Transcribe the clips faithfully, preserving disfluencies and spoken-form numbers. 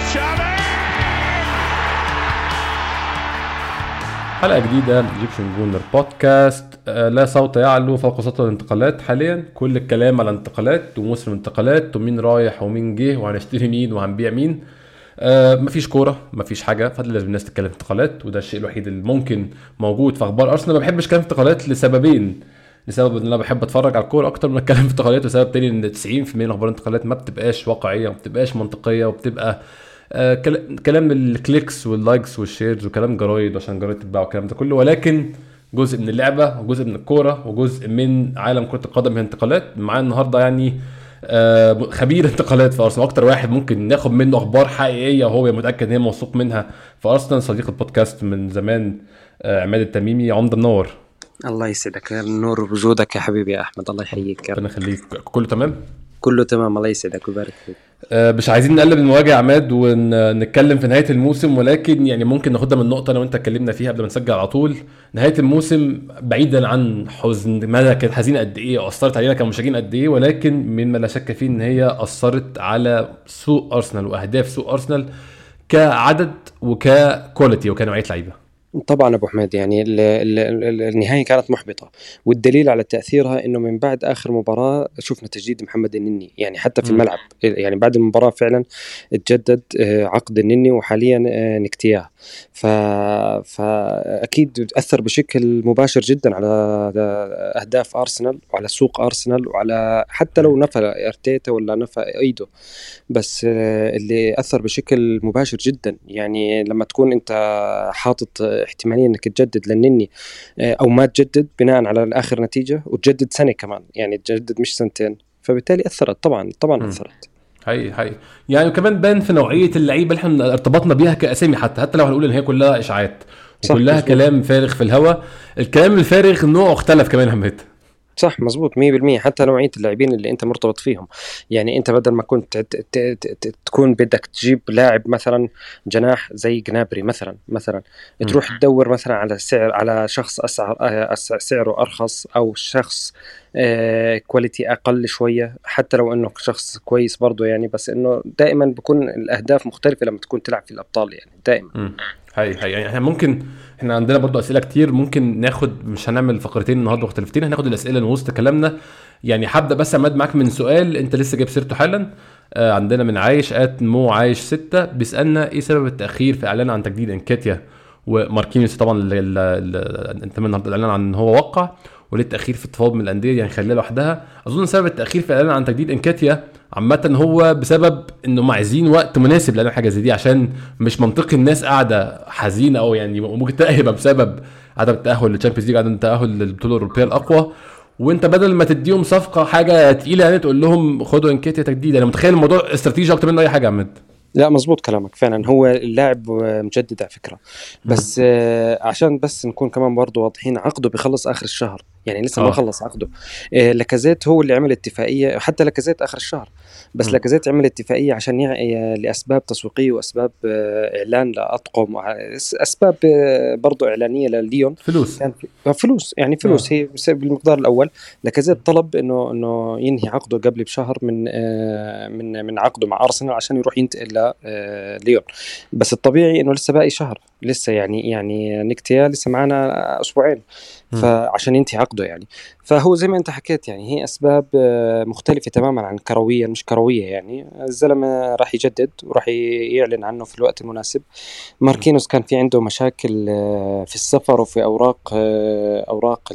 حلقة جديدة من ايجيبشن جونر بودكاست. آه لا صوت يعلو فوق صوت الانتقالات. حاليا كل الكلام على الانتقالات وموسم الانتقالات ومين رايح ومين جه وهنشتري مين وهنبيع مين. آه مفيش كورة مفيش حاجة، فضل لازم الناس تتكلم في انتقالات، وده الشيء الوحيد اللي ممكن موجود في اخبار ارسنال. ما بحبش اتكلم في انتقالات لسببين: لسبب ان انا بحب اتفرج على الكورة اكتر من اتكلم في انتقالات، وسبب تاني ان تسعين بالمية من اخبار الانتقالات ما بتبقاش واقعية وما بتبقاش منطقية وبتبقى آه كلام الكليكس واللايكس والشيرز وكلام جرايد عشان جرايد تتباع والكلام ده كله. ولكن جزء من اللعبة وجزء من الكورة وجزء من عالم كرة القدم هي انتقالات. معايا النهاردة يعني آه خبير انتقالات في أرسنال، أكتر واحد ممكن ناخد منه أخبار حقيقية وهو متأكد إن هي موثوق منها في أرسنال، صديق البودكاست من زمان آه عماد التميمي. عمدة منور. الله يسعدك، نور بوجودك يا حبيبي يا أحمد، الله يحييك. ربنا يخليك. كله تمام؟ كله تمام، الله يسعدك ويبارك فيك. أه مش عايزين نقلب المواجهة يا عماد ونتكلم في نهاية الموسم، ولكن يعني ممكن ناخدها من نقطة أنا وأنت اتكلمنا فيها قبل ما نسجل على طول. نهاية الموسم بعيدا عن حزن ماذا كانت حزينة قد إيه وأثرت علينا كمشجعين قد إيه، ولكن مما لا شك فيه إن هي أثرت على سوق أرسنال وأهداف سوق أرسنال كعدد وككواليتي وكنوعية لعيبة. طبعا ابو حميد، يعني ال ال ال النهايه كانت محبطه، والدليل على تاثيرها انه من بعد اخر مباراه شفنا تجديد محمد النني، يعني حتى في الملعب، يعني بعد المباراه فعلا تجدد عقد النني وحاليا نكتياه، فاكيد اثر بشكل مباشر جدا على اهداف ارسنال وعلى سوق ارسنال وعلى حتى لو نفى ارتيتا ولا نفى ايدو، بس اللي اثر بشكل مباشر جدا. يعني لما تكون انت حاطط احتمالية انك تجدد للنني او ما تجدد بناء على اخر نتيجة، وتجدد سنة كمان، يعني تجدد مش سنتين، فبالتالي اثرت طبعا طبعا م. اثرت هاي هاي يعني كمان بان في نوعية اللعيبة اللي احنا ارتبطنا بيها كأسامي، حتى حتى لو هنقول ان هي كلها اشاعات وكلها كلام فارغ في الهواء، الكلام الفارغ نوعه اختلف كمان همت. صح مزبوط مية بالمية. حتى نوعية اللاعبين اللي انت مرتبط فيهم، يعني انت بدل ما كنت تكون بدك تجيب لاعب مثلا جناح زي جنابري مثلا مثلا تروح م. تدور مثلا على سعر على شخص أسعر سعره أرخص او شخص آه كواليتي اقل شوية، حتى لو انه شخص كويس برضو يعني، بس انه دائما بكون الاهداف مختلفة لما تكون تلعب في الابطال، يعني دائما م. هاي هاي يعني احنا ممكن احنا عندنا برضو اسئله كتير ممكن ناخد، مش هنعمل فقرتين النهارده مختلفتين، هناخد الاسئله من وسط كلامنا. يعني هبدا بس عماد معاك من سؤال انت لسه جايب سيرته حالا. آه عندنا من عايش ات مو عايش ستة بيسالنا ايه سبب التاخير في اعلان عن تجديد انكاتيا وماركينيوس، طبعا اللي انت من النهارده اعلان عن هو وقع، وليه التاخير في التفاوض من الانديه يعني خليها لوحدها. اظن سبب التاخير في الاعلان عن تجديد انكاتيا عامه هو بسبب انه عايزين وقت مناسب لان حاجه زي دي، عشان مش منطقي الناس قاعده حزينه او يعني ممكن تاهب بسبب عدم التاهل للتشامبيونز ليج، عدم التاهل للبطوله الاوروبيه الاقوى، وانت بدل ما تديهم صفقه حاجه تقيله يعني تقول لهم خدوا انكاتيا تجديد. انا متخيل الموضوع استراتيجي اكتر من اي حاجه. عمد لا مزبوط كلامك فعلا، هو اللاعب مجدد على فكرة، بس آه عشان بس نكون كمان برضو واضحين، عقده بيخلص آخر الشهر، يعني لسه ما خلص عقده. آه لكازيت هو اللي عمل اتفاقية، حتى لكازيت آخر الشهر، بس م. لكازيت عمل اتفاقية عشان يعني لأسباب تسويقية وأسباب آه إعلان لأطقم، أسباب آه برضو إعلانية لليون، فلوس كان فلوس يعني فلوس آه. هي بالمقدار الأول. لكازيت طلب إنه إنه ينهي عقده قبل بشهر من آه من من عقده مع أرسنال عشان يروح ينتقل ليون، بس الطبيعي انه لسه باقي شهر، لسه يعني يعني نكتيا لسه معنا اسبوعين فعشان ينتهي عقده يعني. فهو زي ما انت حكيت يعني هي اسباب مختلفه تماما عن كرويه، مش كرويه يعني. الزلمه راح يجدد وراح يعلن عنه في الوقت المناسب. ماركينوس كان في عنده مشاكل في السفر وفي اوراق اوراق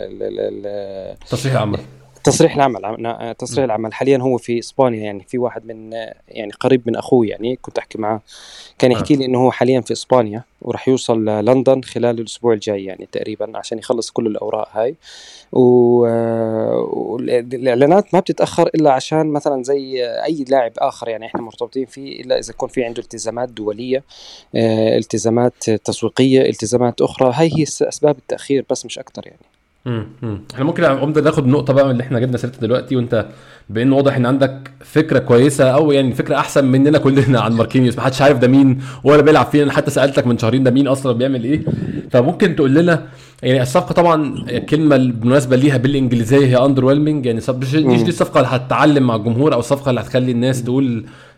تصريح العمل تصريح العمل تصريح العمل حاليا هو في اسبانيا، يعني في واحد من يعني قريب من اخوي يعني كنت احكي معه، كان يحكي لي انه هو حاليا في اسبانيا وراح يوصل لندن خلال الاسبوع الجاي يعني تقريبا عشان يخلص كل الاوراق هاي. والاعلانات ما بتتاخر الا عشان مثلا زي اي لاعب اخر يعني احنا مرتبطين فيه، الا اذا يكون في عنده التزامات دوليه، التزامات تسويقيه، التزامات اخرى، هاي هي اسباب التاخير بس مش اكتر يعني. امم احنا ممكن عمده ناخد نقطه بقى من اللي احنا جبنا سيرتها دلوقتي، وانت بان واضح ان عندك فكره كويسه او يعني فكره احسن مننا كلنا عن ماركينيوس، ما حدش عارف ده مين ولا بيلعب فين. انا حتى سالتك من شهرين ده مين اصلا بيعمل ايه، فممكن تقول لنا يعني الصفقه طبعا الكلمه بالمناسبه ليها بالانجليزيه هي اندرويلمنج، يعني مش دي الصفقه اللي هتتعلم مع الجمهور او الصفقه اللي هتخلي الناس تقول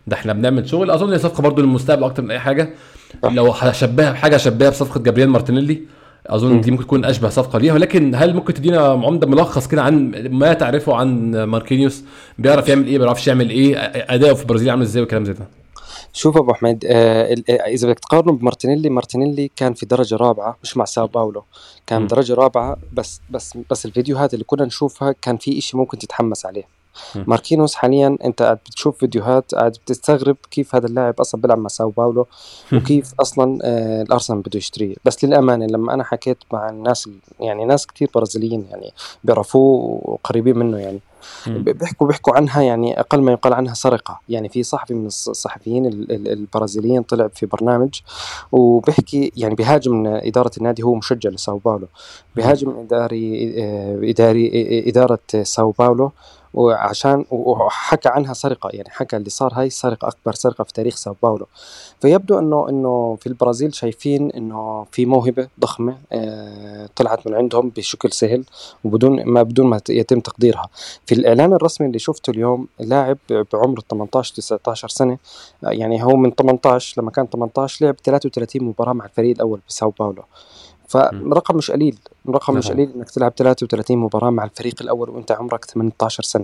ده احنا بنعمل شغل. اظن هي صفقه برضو للمستقبل اكتر من اي حاجه. صح. لو هشبهها بحاجه شبهها بصفقه جابرييل مارتينيلي، اظن مم. دي ممكن تكون اشبه صفقه ليها. ولكن هل ممكن تدينا عمده ملخص كده عن ما تعرفه عن ماركينيوس؟ بيعرف يعمل ايه، بيعرفش يعمل ايه، اداؤه في البرازيل عامل ازاي والكلام زي ده؟ شوف ابو حميد، آه ال- آه، اذا بدك تقارنه بمارتينيلي، مارتينيلي كان في درجه رابعه مش مع ساو باولو، كان مم. درجه رابعه. بس بس بس الفيديوهات اللي كنا نشوفها كان في إشي ممكن تتحمس عليه. مم. ماركينوس حاليا انت قاعد بتشوف فيديوهات، قاعد بتستغرب كيف هذا اللاعب اصلا بيلعب مع ساو باولو، وكيف اصلا آه الارسنال بده يشتريه. بس للامانه لما انا حكيت مع الناس، يعني ناس كتير برازيليين يعني بيعرفوه وقريبين منه، يعني مم. بيحكوا بيحكوا عنها، يعني أقل ما يقال عنها سرقة. يعني في صحفي من الص- الصحفيين ال- ال- البرازيليين طلع في برنامج وبيحكي، يعني بيهاجم إدارة النادي، هو مشجع لساو باولو، مم. بيهاجم إداري آه، إداري آه، إدارة ساو باولو، وعشان وحكى عنها سرقة، يعني حكى اللي صار هاي سرقة، أكبر سرقة في تاريخ ساو باولو. فيبدو انه انه في البرازيل شايفين انه في موهبه ضخمه آه، طلعت من عندهم بشكل سهل، وبدون ما بدون ما يتم تقديرها. في الاعلان الرسمي اللي شفته اليوم، لاعب بعمر ثمانية عشر تسعة عشر سنه، آه، يعني هو من ثمانية عشر، لما كان ثمانية عشر لعب ثلاثة وثلاثين مباراه مع الفريق الاول بساو باولو. مم. فرقم مش قليل، رقم لا مش طبعا. قليل انك تلعب ثلاثة وثلاثين مباراة مع الفريق الاول وانت عمرك ثمانية عشر سنة.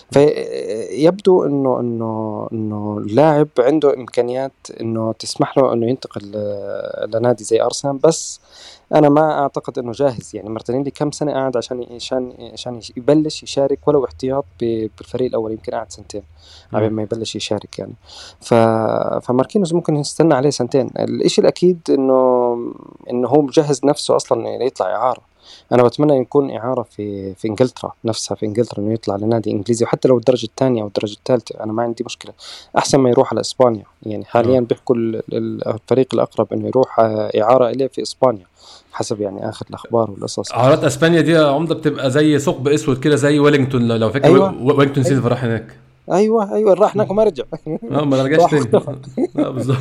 فيبدو انه انه انه اللاعب عنده امكانيات انه تسمح له انه ينتقل آه، لنادي زي ارسنال. بس انا ما اعتقد انه جاهز. يعني مارتينيلي كم سنة قاعد عشان عشان عشان يبلش يشارك ولو احتياط ب- بالفريق الاول؟ يمكن قاعد سنتين قبل مم. ما يبلش يشارك يعني. ف... فماركينوس ممكن يستنى عليه سنتين. الاشي الاكيد انه انه هو مجهز نفسه اصلا يطلع اعاره. انا بتمنى يكون اعاره في في انجلترا نفسها، في انجلترا، انه يطلع لنادي انجليزي، وحتى لو الدرجه الثانيه او الدرجه الثالثه انا ما عندي مشكله، احسن ما يروح على اسبانيا. يعني حاليا اه بيحكوا ال- ال- الفريق الاقرب انه يروح آه، اعاره اليه في اسبانيا، حسب يعني اخر الاخبار والقصص. عارات اسبانيا دي يا عمده بتبقى زي ثقب اسود كده، زي ويلينغتون. لو فاكر ايوه و- ويلينغتون ايوه سيلفا راح هناك. ايوه ايوه راح هناك وما رجع. اه ما رجعش راح تاني. واختفى. اه بالظبط.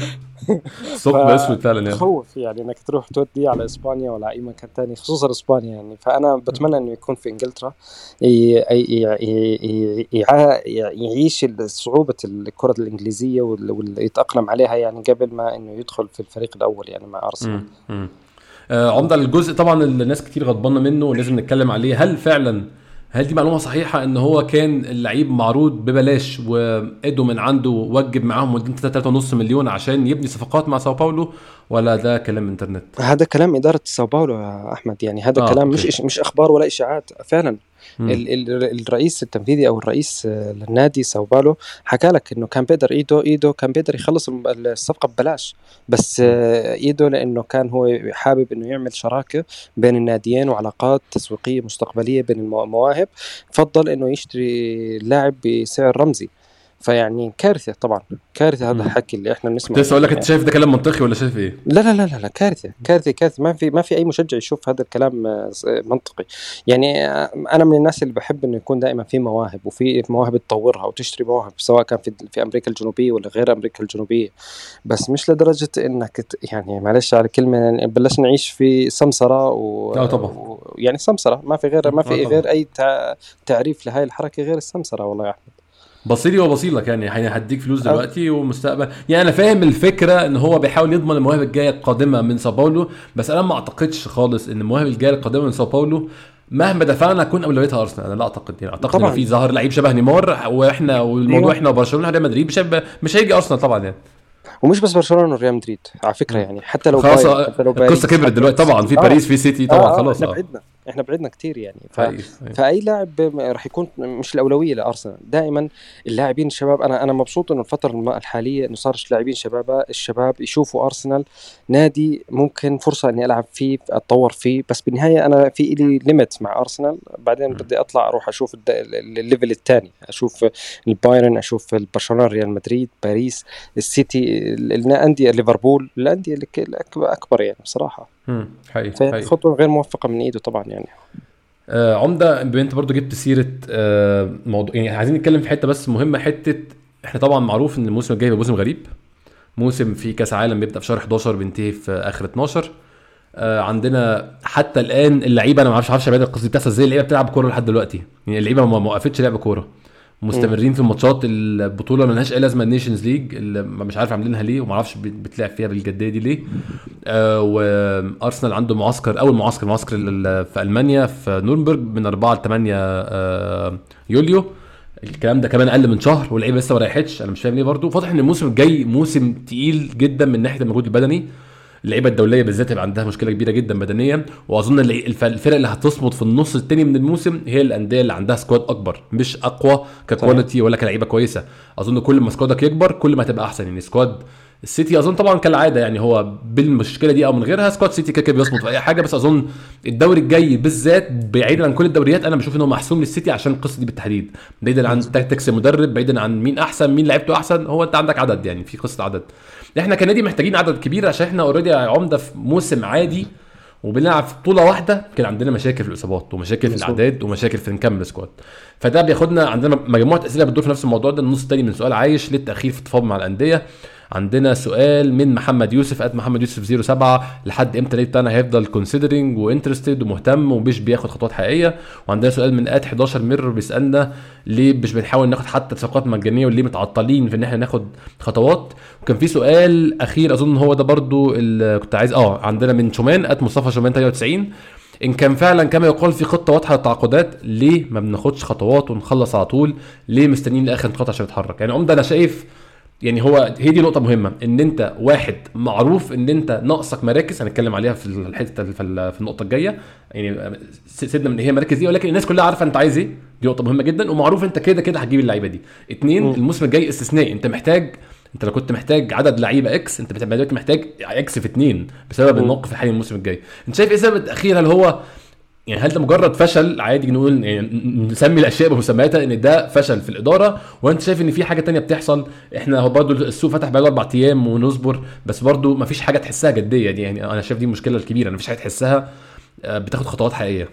ثقب اسود فعلا يعني. فتخوف يعني انك تروح تودي على اسبانيا ولا اي مكان تاني، خصوصا اسبانيا يعني. فانا بتمنى انه يكون في انجلترا، ي- ي- ي- يع- يعيش صعوبة الكرة الانجليزية وال- ويتأقلم عليها، يعني قبل ما انه يدخل في الفريق الاول يعني مع ارسنال. مم. مم. آه عمده الجزء طبعا اللي الناس كتير غضبانه منه ولازم نتكلم عليه، هل فعلا هل دي معلومه صحيحه ان هو كان اللعيب معروض ببلاش وادوا من عنده وجب معاهم مدين ثلاثة ونص مليون عشان يبني صفقات مع ساو باولو، ولا ده كلام انترنت؟ هذا كلام إدارة ساو باولو يا أحمد، يعني هذا اه كلام اوكي. مش مش أخبار ولا إشاعات فعلا. مم. ال ال الرئيس التنفيذي او الرئيس آه، للنادي ساو باولو حكى لك انه كان بيقدر ايدو ايدو كان بيقدر يخلص الم- الصفقه ببلاش. بس مم. آه، ايدو لانه كان هو حابب انه يعمل شراكه بين الناديين وعلاقات تسويقيه مستقبليه بين المو- المواهب، فضل انه يشتري اللاعب بسعر رمزي. فيعني كارثه طبعا، كارثه هذا مم. الحكي اللي احنا كنت بنسمعه لسه اقول لك، يعني. انت شايف ده كلام منطقي ولا شايف ايه؟ لا لا لا لا لا، كارثة كارثة كارثة. ما في ما في أي مشجع يشوف هذا الكلام آه، س- منطقي. يعني آه، أنا من الناس اللي بحب إنه يكون دائما في مواهب، وفي مواهب تطورها وتشتري مواهب، سواء كان في في أمريكا الجنوبية ولا غير أمريكا الجنوبية. بس مش لدرجة إنك ت- يعني معلش على كلمة، يعني بلشنا نعيش في سمسرة اه طبعا. و- ويعني سمسرة، ما في غير ما اه في طبعا. غير أي تع- تعريف لهاي الحركة غير السمسرة والله يا أحمد. بصيري وبصيلك يعني، يعني هديك فلوس أه، دلوقتي ومستقبل. يعني انا فاهم الفكره ان هو بيحاول يضمن المواهب الجايه القادمه من ساو باولو، بس انا ما اعتقدش خالص ان المواهب الجايه القادمه من ساو باولو مهما دفعنا تكون اولويتها ارسنال. انا لا اعتقد، يعني اعتقد ان طبعا. في ظهر لعيب شبه نيمار واحنا والموضوع أيوه، احنا وبرشلونه ريال مدريد، مش هيبقى- مش هيجي ارسنال طبعا يعني. ومش بس برشلونة وريال مدريد على فكرة، مم. يعني حتى لو خلاص بايرن، آه، حتى لو القصه باريس، كبرت حتى لو دلوقتي طبعا، السيتي. في اه باريس في سيتي اه طبعا، اه خلاص احنا اه. بعدنا، احنا بعدنا كتير يعني. ف... حقيقي حقيقي. فاي لاعب راح يكون مش الاولويه لارسنال. دائما اللاعبين الشباب، انا انا مبسوط انه الفتره الم- الحاليه انه صار اللاعبين شباب الشباب يشوفوا ارسنال نادي ممكن فرصه اني العب فيه اتطور فيه. بس بالنهايه انا في لي ليميت مع ارسنال، بعدين مم. بدي اطلع اروح اشوف الد- ال- الليفل الثاني، اشوف البايرن، اشوف برشلونه، ريال مدريد، باريس، السيتي، ال- الانديه، ليفربول، الانديه اللي ك- الأكبر اكبر يعني بصراحه. مم. حقيقي فهي حقيقي. خطوه غير موفقه من ايده طبعا يعني. آه عمده، بما انت برضو جبت سيره آه موضوع، يعني عايزين نتكلم في حته بس مهمه. حته احنا طبعا معروف ان الموسم الجاي هيبقى موسم غريب، موسم في كاس عالم بيبدا في شهر حداشر بينتهي في اخر اتناشر. آه عندنا حتى الان اللعيبه، انا ما اعرفش عارفش بعد القصه دي بتحصل ازاي، اللعيبه بتلعب كوره لحد دلوقتي. يعني اللعيبه ما ما وقفتش لعب كوره، مستمرين في الماتشات البطوله ما لهاش اي لازمه، النيشنز ليج اللي مش عارف عاملينها ليه وما اعرفش بتلعب فيها بالجديه دي ليه. آه وارسنال عنده معسكر اول معسكر معسكر في المانيا في نورنبرج من أربعة ل ثمانية آه يوليو. الكلام ده كمان اقل من شهر واللعيبه لسه ما ريحتش. انا مش فاهم ليه برضو. واضح ان الموسم الجاي موسم تقيل جدا من ناحيه المجهود البدني. اللعيبه الدوليه بالذات هيبقى عندها مشكله كبيره جدا بدنيا. واظن الفرق اللي هتصمد في النص الثاني من الموسم هي الانديه اللي عندها سكواد اكبر مش اقوى ككواليتي ولا كلعيبه كويسه. اظن كل ما سكوادك يكبر كل ما تبقى احسن. يعني سكواد السيتي اظن طبعا كالعاده يعني هو بالمشكله دي او من غيرها سكواد سيتي كده بيصمد في اي حاجه. بس اظن الدوري الجاي بالذات بعيدا عن كل الدوريات انا بشوف انه محسوم للسيتي عشان القصه دي بالتحديد. بعيدا عن تاكتكس المدرب بعيدا عن مين احسن مين لعيبته احسن هو انت عندك عدد. يعني في قصه عدد. احنا كنادي محتاجين عدد كبير عشان احنا اوريدي عمده في موسم عادي وبنلعب في بطوله واحده. كان عندنا مشاكل في الاصابات ومشاكل في الاعداد ومشاكل في نكمل سكواد. فده بياخدنا عندنا مجموعه اسئله بتدور في نفس الموضوع ده. النص الثاني من سؤال عايش للتاخير في التفاوض مع الانديه. عندنا سؤال من محمد يوسف ات محمد يوسف صفر سبعة لحد امتى ليه بتاعنا هيفضل كونسيدرينج وانترستد ومهتم ومش بياخد خطوات حقيقيه. وعندنا سؤال من ات حداشر مر بيسالنا ليه مش بنحاول ناخد حتى صفقات مجانيه وليه متعطلين في ان احنا ناخد خطوات. وكان في سؤال اخير اظن هو ده برضو اللي كنت عايز اه عندنا من شومان ات مصطفى شومان ثمانية وتسعين ان كان فعلا كما يقال في خطه واضحه للتعاقدات ليه ما بناخدش خطوات ونخلص على طول؟ ليه مستنيين لاخر نقطه عشان نتحرك؟ يعني عمده انا شايف يعني هو هي دي نقطه مهمه ان انت واحد معروف ان انت ناقصك مراكز. هنتكلم عليها في الحته في النقطه الجايه. يعني سيبنا من هي مراكز دي ولكن الناس كلها عارفه انت عايز ايه. دي نقطه مهمه جدا ومعروف انت كده كده هتجيب اللعيبه دي. اتنين الموسم الجاي استثنائي. انت محتاج انت لو كنت محتاج عدد لعيبه اكس انت دلوقتي محتاج اكس في اتنين بسبب الموقف الحالي الموسم الجاي. انت شايف ايه السبب الاخير؟ هل هو يعني هل ده مجرد فشل عادي نقول يعني نسمي الاشياء بمسمياتها ان ده فشل في الاداره وانت شايف ان في حاجه تانية بتحصل؟ احنا هو برضو السوق فتح بقى اربع ايام ونصبر بس برضو مفيش حاجه تحسها جديه دي. يعني انا شايف دي المشكله الكبيره. انا مفيش حاجه تحسها بتاخد خطوات حقيقيه.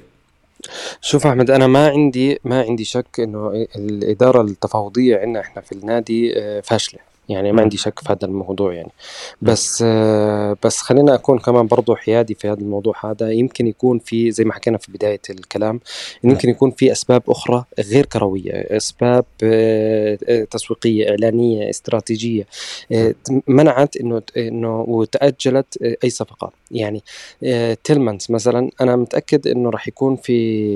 شوف احمد انا ما عندي ما عندي شك انه الاداره التفاوضيه عندنا احنا في النادي فاشله. يعني ما عندي شك في هذا الموضوع يعني. بس بس خلينا أكون كمان برضو حيادي في هذا الموضوع هذا. يمكن يكون في زي ما حكينا في بداية الكلام يمكن يكون في أسباب أخرى غير كروية. أسباب تسويقية إعلانية استراتيجية منعت إنه إنه وتأجلت أي صفقات. يعني تيلمانز مثلا أنا متأكد إنه راح يكون في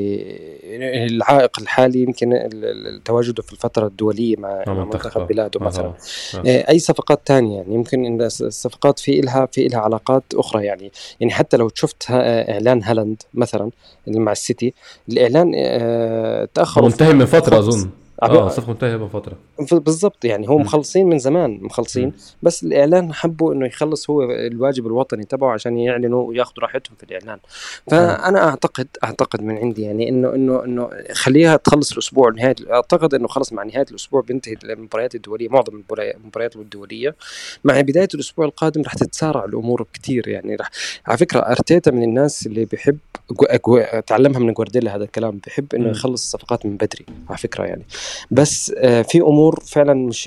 العائق الحالي يمكن تواجده في الفترة الدولية مع منتخب بلاده مثلا. اي صفقات تانية يعني يمكن ان الصفقات في لها في لها علاقات اخرى. يعني يعني حتى لو شفت اعلان هالاند مثلا اللي مع السيتي الاعلان تاخر منتهي من فتره اظن اه صفقه منتهيه من فتره بالضبط. يعني هو مخلصين من زمان مخلصين م. بس الاعلان حبوا انه يخلص هو الواجب الوطني تبعه عشان يعلنوا وياخذوا راحتهم في الاعلان. فانا اعتقد اعتقد من عندي يعني انه انه انه خليها تخلص الاسبوع نهايه. اعتقد انه خلص مع نهايه الاسبوع بينتهي المباريات الدوليه معظم المباريات الدوليه. مع بدايه الاسبوع القادم راح تتسارع الامور كتير. يعني راح على فكره ارتيتا من الناس اللي بيحب تعلمها من جوارديولا هذا الكلام بيحب انه يخلص الصفقات من بدري على فكره يعني. بس في امور فعلا مش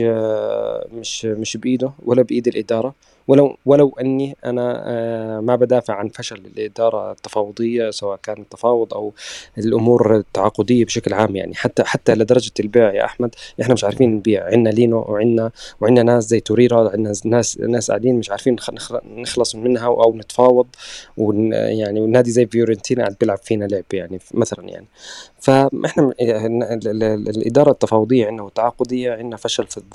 مش مش بايده ولا بايد الاداره. ولو ولو اني انا ما بدافع عن فشل الاداره التفاوضيه سواء كان التفاوض او الامور التعاقديه بشكل عام. يعني حتى حتى لدرجه البيع يا احمد احنا مش عارفين نبيع. عندنا لينو وعندنا وعندنا ناس زي توريرا عندنا ناس ناس قاعدين مش عارفين نخلص منها او نتفاوض. ويعني والنادي زي فيورنتينا قاعد بيلعب فينا لعب يعني مثلا. يعني فاحنا الاداره التفاوضيه عندنا والتعاقديه عندنا فشل في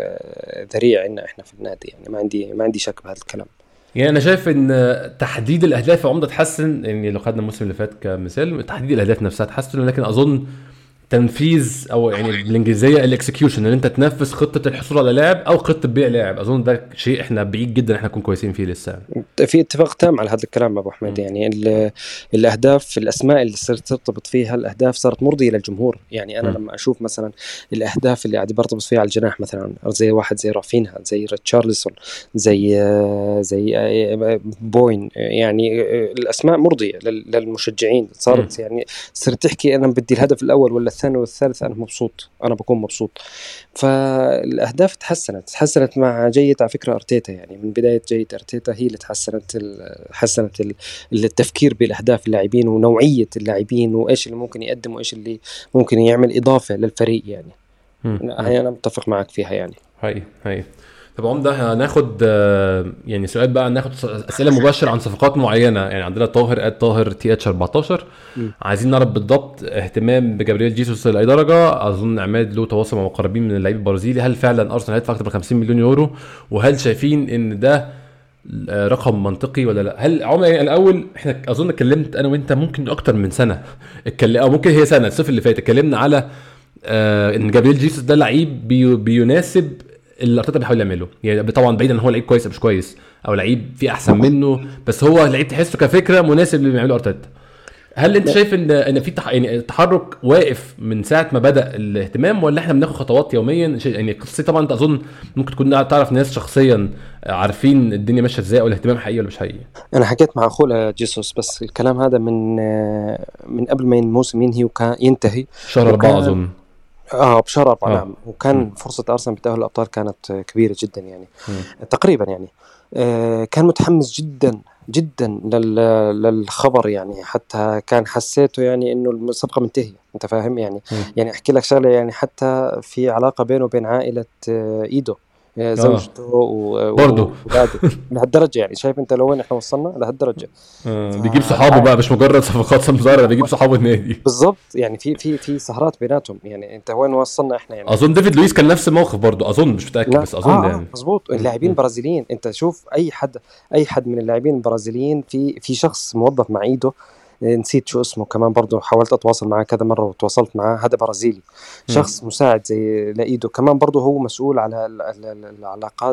ذريع عندنا احنا في النادي. يعني ما عندي ما عندي شك بهذا الكلام. يعني انا شايف ان تحديد الاهداف عمده تحسن. يعني لو خدنا الموسم اللي فات كمثال تحديد الاهداف نفسها تحسن لكن اظن تنفيذ او يعني بالانجليزيه الاكسكيوشن ان انت تنفذ خطه الحصول على لاعب او خطه بيع لاعب اظن ده شيء احنا بعيد جدا احنا نكون كويسين فيه لسه. في اتفاق تام على هذا الكلام ابو احمد. يعني الاهداف الاسماء اللي صرت ترتبط فيها الاهداف صارت مرضيه للجمهور. يعني انا م. لما اشوف مثلا الاهداف اللي قاعد برتبط فيها على الجناح مثلا زي واحد زي رافينها زي ريتشارلسون زي زي بوين. يعني الاسماء مرضيه للمشجعين. صارت م. يعني صرت تحكي انا بدي الهدف الاول ولا الثاني والثالث أنا مبسوط أنا بكون مبسوط. فالأهداف تحسنت تحسنت مع جيد على فكرة أرتيتا. يعني من بداية جيد أرتيتا هي اللي تحسنت حسنت التفكير بالأهداف اللاعبين ونوعية اللاعبين وإيش اللي ممكن يقدم وإيش اللي ممكن يعمل إضافة للفريق. يعني هي انا متفق معك فيها يعني. هاي هاي طب عمده هناخد يعني سؤال بقى، ناخد اسئله مباشره عن صفقات معينه. يعني عندنا طاهر اد طاهر تي اتش أربعتاشر، عايزين نعرف بالضبط اهتمام بجابرييل جيسوس لاي درجه. اظن عماد له تواصل مع مقربين من اللعيب البرازيلي، هل فعلا ارسنال هيدفع اكتر من خمسين مليون يورو؟ وهل شايفين ان ده رقم منطقي ولا لا؟ هل عمر يعني الاول احنا اظن اتكلمت انا وانت ممكن اكتر من سنه اتكلم، او ممكن هي سنه الصيف اللي فات اتكلمنا على آه ان جابرييل جيسوس ده لعيب بي بيناسب اللي ارتيتا بيحاول يعمله. يعني طبعا بعيدا ان هو لعيب كويس مش كويس او لعيب في احسن منه، بس هو لعيب تحسه كفكره مناسب اللي بيعمله ارتيتا. هل انت شايف ان ان في تح... يعني التحرك واقف من ساعه ما بدا الاهتمام، ولا احنا بناخد خطوات يوميا؟ يعني قصتي طبعا انت اظن ممكن تكون تعرف ناس شخصيا عارفين الدنيا ماشيه ازاي او الاهتمام حقيقي ولا مش حقيقي. انا حكيت مع اخوه جيسوس بس الكلام هذا من من قبل ما الموسم ينهي وكان ينتهي شهر أربعة اظن. اه بشهر أربعة. نعم. وكان م. فرصه ارسنال بتاهل الابطال كانت كبيره جدا يعني. م. تقريبا يعني آه كان متحمس جدا جدا للخبر يعني، حتى كان حسيته يعني انه الصفقه منتهيه. انت فاهم يعني. م. يعني احكي لك شغله يعني، حتى في علاقه بينه وبين عائله ايدو زوجته وولاده لهالدرجه يعني. شايف انت لو وين احنا وصلنا لهالدرجه. آه ف... بيجيب صحابه بقى، مش مجرد صفقات سمساره، بيجيب صحابه النادي بالضبط يعني. في في في سهرات بيناتهم يعني. انت وين وصلنا احنا يعني. اظن ديفيد لويس كان نفس الموقف برضو، اظن مش متاكد بس اظن آه يعني مظبوط. اللاعبين البرازيليين انت شوف اي حد اي حد من اللاعبين البرازيليين، في في شخص موظف مع ايده نسيت شو اسمه كمان، برضو حاولت اتواصل معاه كذا مره وتواصلت معاه، هذا برازيلي شخص م. مساعد زي لايدو كمان، برضو هو مسؤول على العلاقات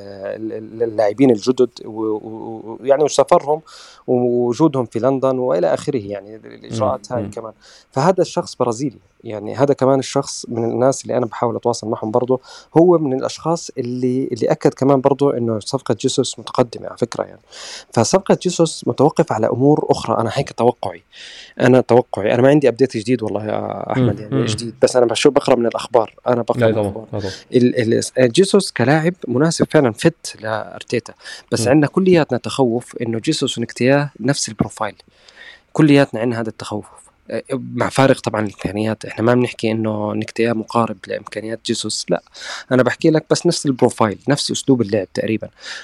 اللاعبين الجدد ويعني وسفرهم ووجودهم في لندن والى اخره يعني الاجراءات هاي كمان. فهذا الشخص برازيلي يعني. هذا كمان الشخص من الناس اللي انا بحاول اتواصل معهم، برضو هو من الاشخاص اللي اللي اكد كمان برضو انه صفقه جيسوس متقدمه على فكره يعني. فصفقه جيسوس متوقف على امور اخرى. انا هيك توقعي انا توقعي انا ما عندي ابديت جديد والله يا احمد يعني جديد، بس انا بشوف بقرا من الاخبار. انا بقرا من الاخبار. جيسوس كلاعب مناسب فعلا فت لارتيتا، بس عندنا كلياتنا تخوف انه جيسوس ونكتياه نفس البروفايل. كلياتنا عندنا هذا التخوف، مع فارق طبعا الامكانيات. احنا ما بنحكي انه نكتياه مقارب لامكانيات جيسوس، لا انا بحكي لك بس نفس البروفايل نفس اسلوب اللعب تقريبا.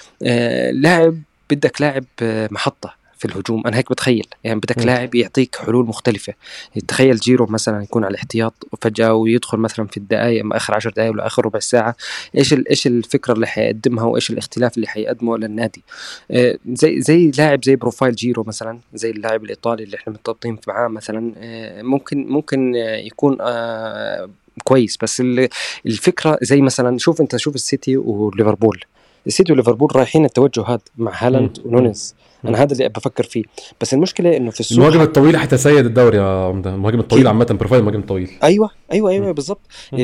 آه لاعب بدك لاعب محطه في الهجوم. أنا هيك بتخيل يعني، بدك لاعب يعطيك حلول مختلفة. تخيل جيرو مثلا يكون على الاحتياط وفجأة ويدخل مثلا في الدقائق آخر عشر دقائق ولا آخر ربع ساعة، إيش إيش الفكرة اللي حيقدمها وإيش الاختلاف اللي حيقدمه للنادي. آه زي زي لاعب زي بروفايل جيرو مثلا، زي اللاعب الإيطالي اللي إحنا متطابقين معاه مثلا. آه ممكن ممكن يكون آه كويس، بس الفكرة زي مثلا شوف أنت شوف السيتي وليفربول. السيتي وليفربول رايحين التوجه هذا مع هالاند ونونيز. انا هذا اللي بفكر فيه. بس المشكله انه في السوق المهاجم الطويل حتسيد الدوري يا عمده. المهاجم الطويل عامه بروفايل المهاجم الطويل. ايوه ايوه ايوه بالضبط.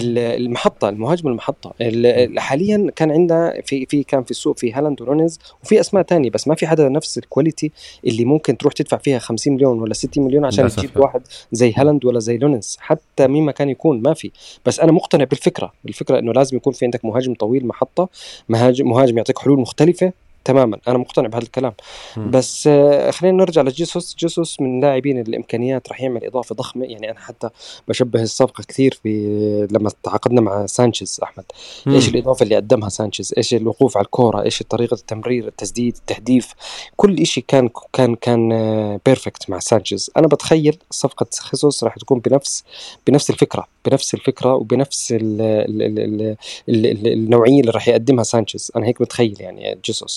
المحطه المهاجم المحطه حاليا كان عندنا في في كان في السوق في هالاند ونونيز وفي اسماء تانية، بس ما في حدا نفس الكواليتي اللي ممكن تروح تدفع فيها خمسين مليون ولا ستين مليون عشان تجيب واحد زي هالاند ولا زي نونيز. حتى مين ما كان يكون ما في. بس انا مقتنع بالفكره بالفكره انه لازم يكون في عندك مهاجم طويل محطه، مهاجم مهاجم يعطيك حلول مختلفه تماما. انا مقتنع بهذا الكلام. م. بس آه خلينا نرجع لجيسوس. جيسوس من لاعبين الامكانيات راح يعمل اضافه ضخمه يعني. انا حتى بشبه الصفقه كثير في لما تعاقدنا مع سانشيز احمد. م. ايش الاضافه اللي قدمها سانشيز، ايش الوقوف على الكوره، ايش طريقه التمرير، التسديد، التهديف، كل شيء كان كان كان آه بيرفكت مع سانشيز. انا بتخيل صفقه خيسوس راح تكون بنفس بنفس الفكره بنفس الفكره وبنفس ال ال ال ال ال ال النوعيه اللي راح يقدمها سانشيز. انا هيك متخيل يعني جيسوس.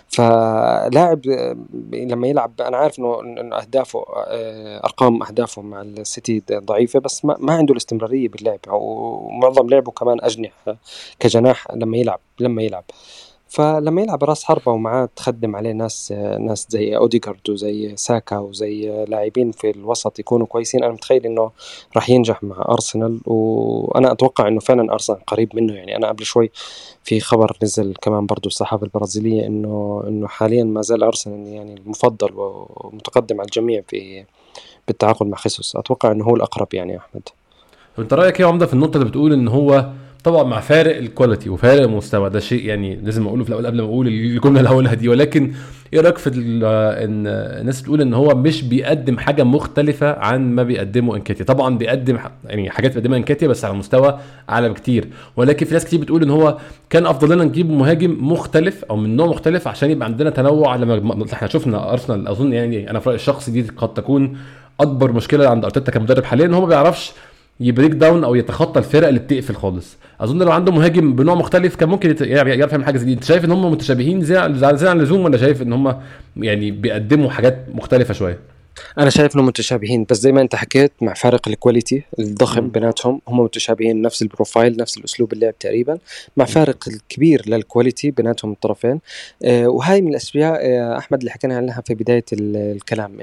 فلاعب لما يلعب انا عارف انه انه اهدافه ارقام اهدافه مع السيتي ضعيفه، بس ما, ما عنده الاستمراريه باللعب، ومعظم لعبه كمان اجنح كجناح لما يلعب لما يلعب فلما يلعب راس حربة ومعاه تخدم عليه ناس ناس زي اوديغارد وزي ساكا وزي لاعبين في الوسط يكونوا كويسين، انا متخيل انه راح ينجح مع ارسنال. وانا اتوقع انه فعلا ارسنال قريب منه يعني. انا قبل شوي في خبر نزل كمان برضو الصحافة البرازيلية انه انه حاليا ما زال ارسنال يعني المفضل ومتقدم على الجميع في بالتعاقد مع خيسوس. اتوقع انه هو الاقرب يعني. احمد انت رايك ايه يا عمده في النقطه اللي بتقول ان هو طبعا مع فارق الكواليتي وفارق المستوى، ده شيء يعني لازم اقوله في الاول قبل ما اقول الجمله الاولى دي. ولكن ايه رايك في ان الناس بتقول ان هو مش بيقدم حاجه مختلفه عن ما بيقدمه انكيتيا؟ طبعا بيقدم يعني حاجات بيقدمها انكيتيا بس على مستوى اعلى بكتير، ولكن في ناس كتير بتقول ان هو كان افضل لنا نجيب مهاجم مختلف او من نوع مختلف عشان يبقى عندنا تنوع. لما احنا شفنا ارسنال، اظن يعني انا في رايي الشخصي دي قد تكون اكبر مشكله عند ارتيتا كمدرب حاليا، ان هو ما بيعرفش يبريك داون او يتخطى الفرق اللي بتقفل خالص. اظن لو عنده مهاجم بنوع مختلف كان ممكن يعرف يعمل حاجه زي دي. انت شايف ان هم متشابهين زي زي عن اللزوم، ولا شايف ان هم يعني بيقدموا حاجات مختلفه شويه؟ انا شايف انهم متشابهين، بس زي ما انت حكيت مع فارق الكواليتي الضخم بيناتهم، هم متشابهين، نفس البروفايل نفس الاسلوب اللعب تقريبا، مع فارق الكبير للكواليتي بيناتهم الطرفين. آه وهاي من الاشياء آه احمد اللي حكينا عنها في بدايه الكلام،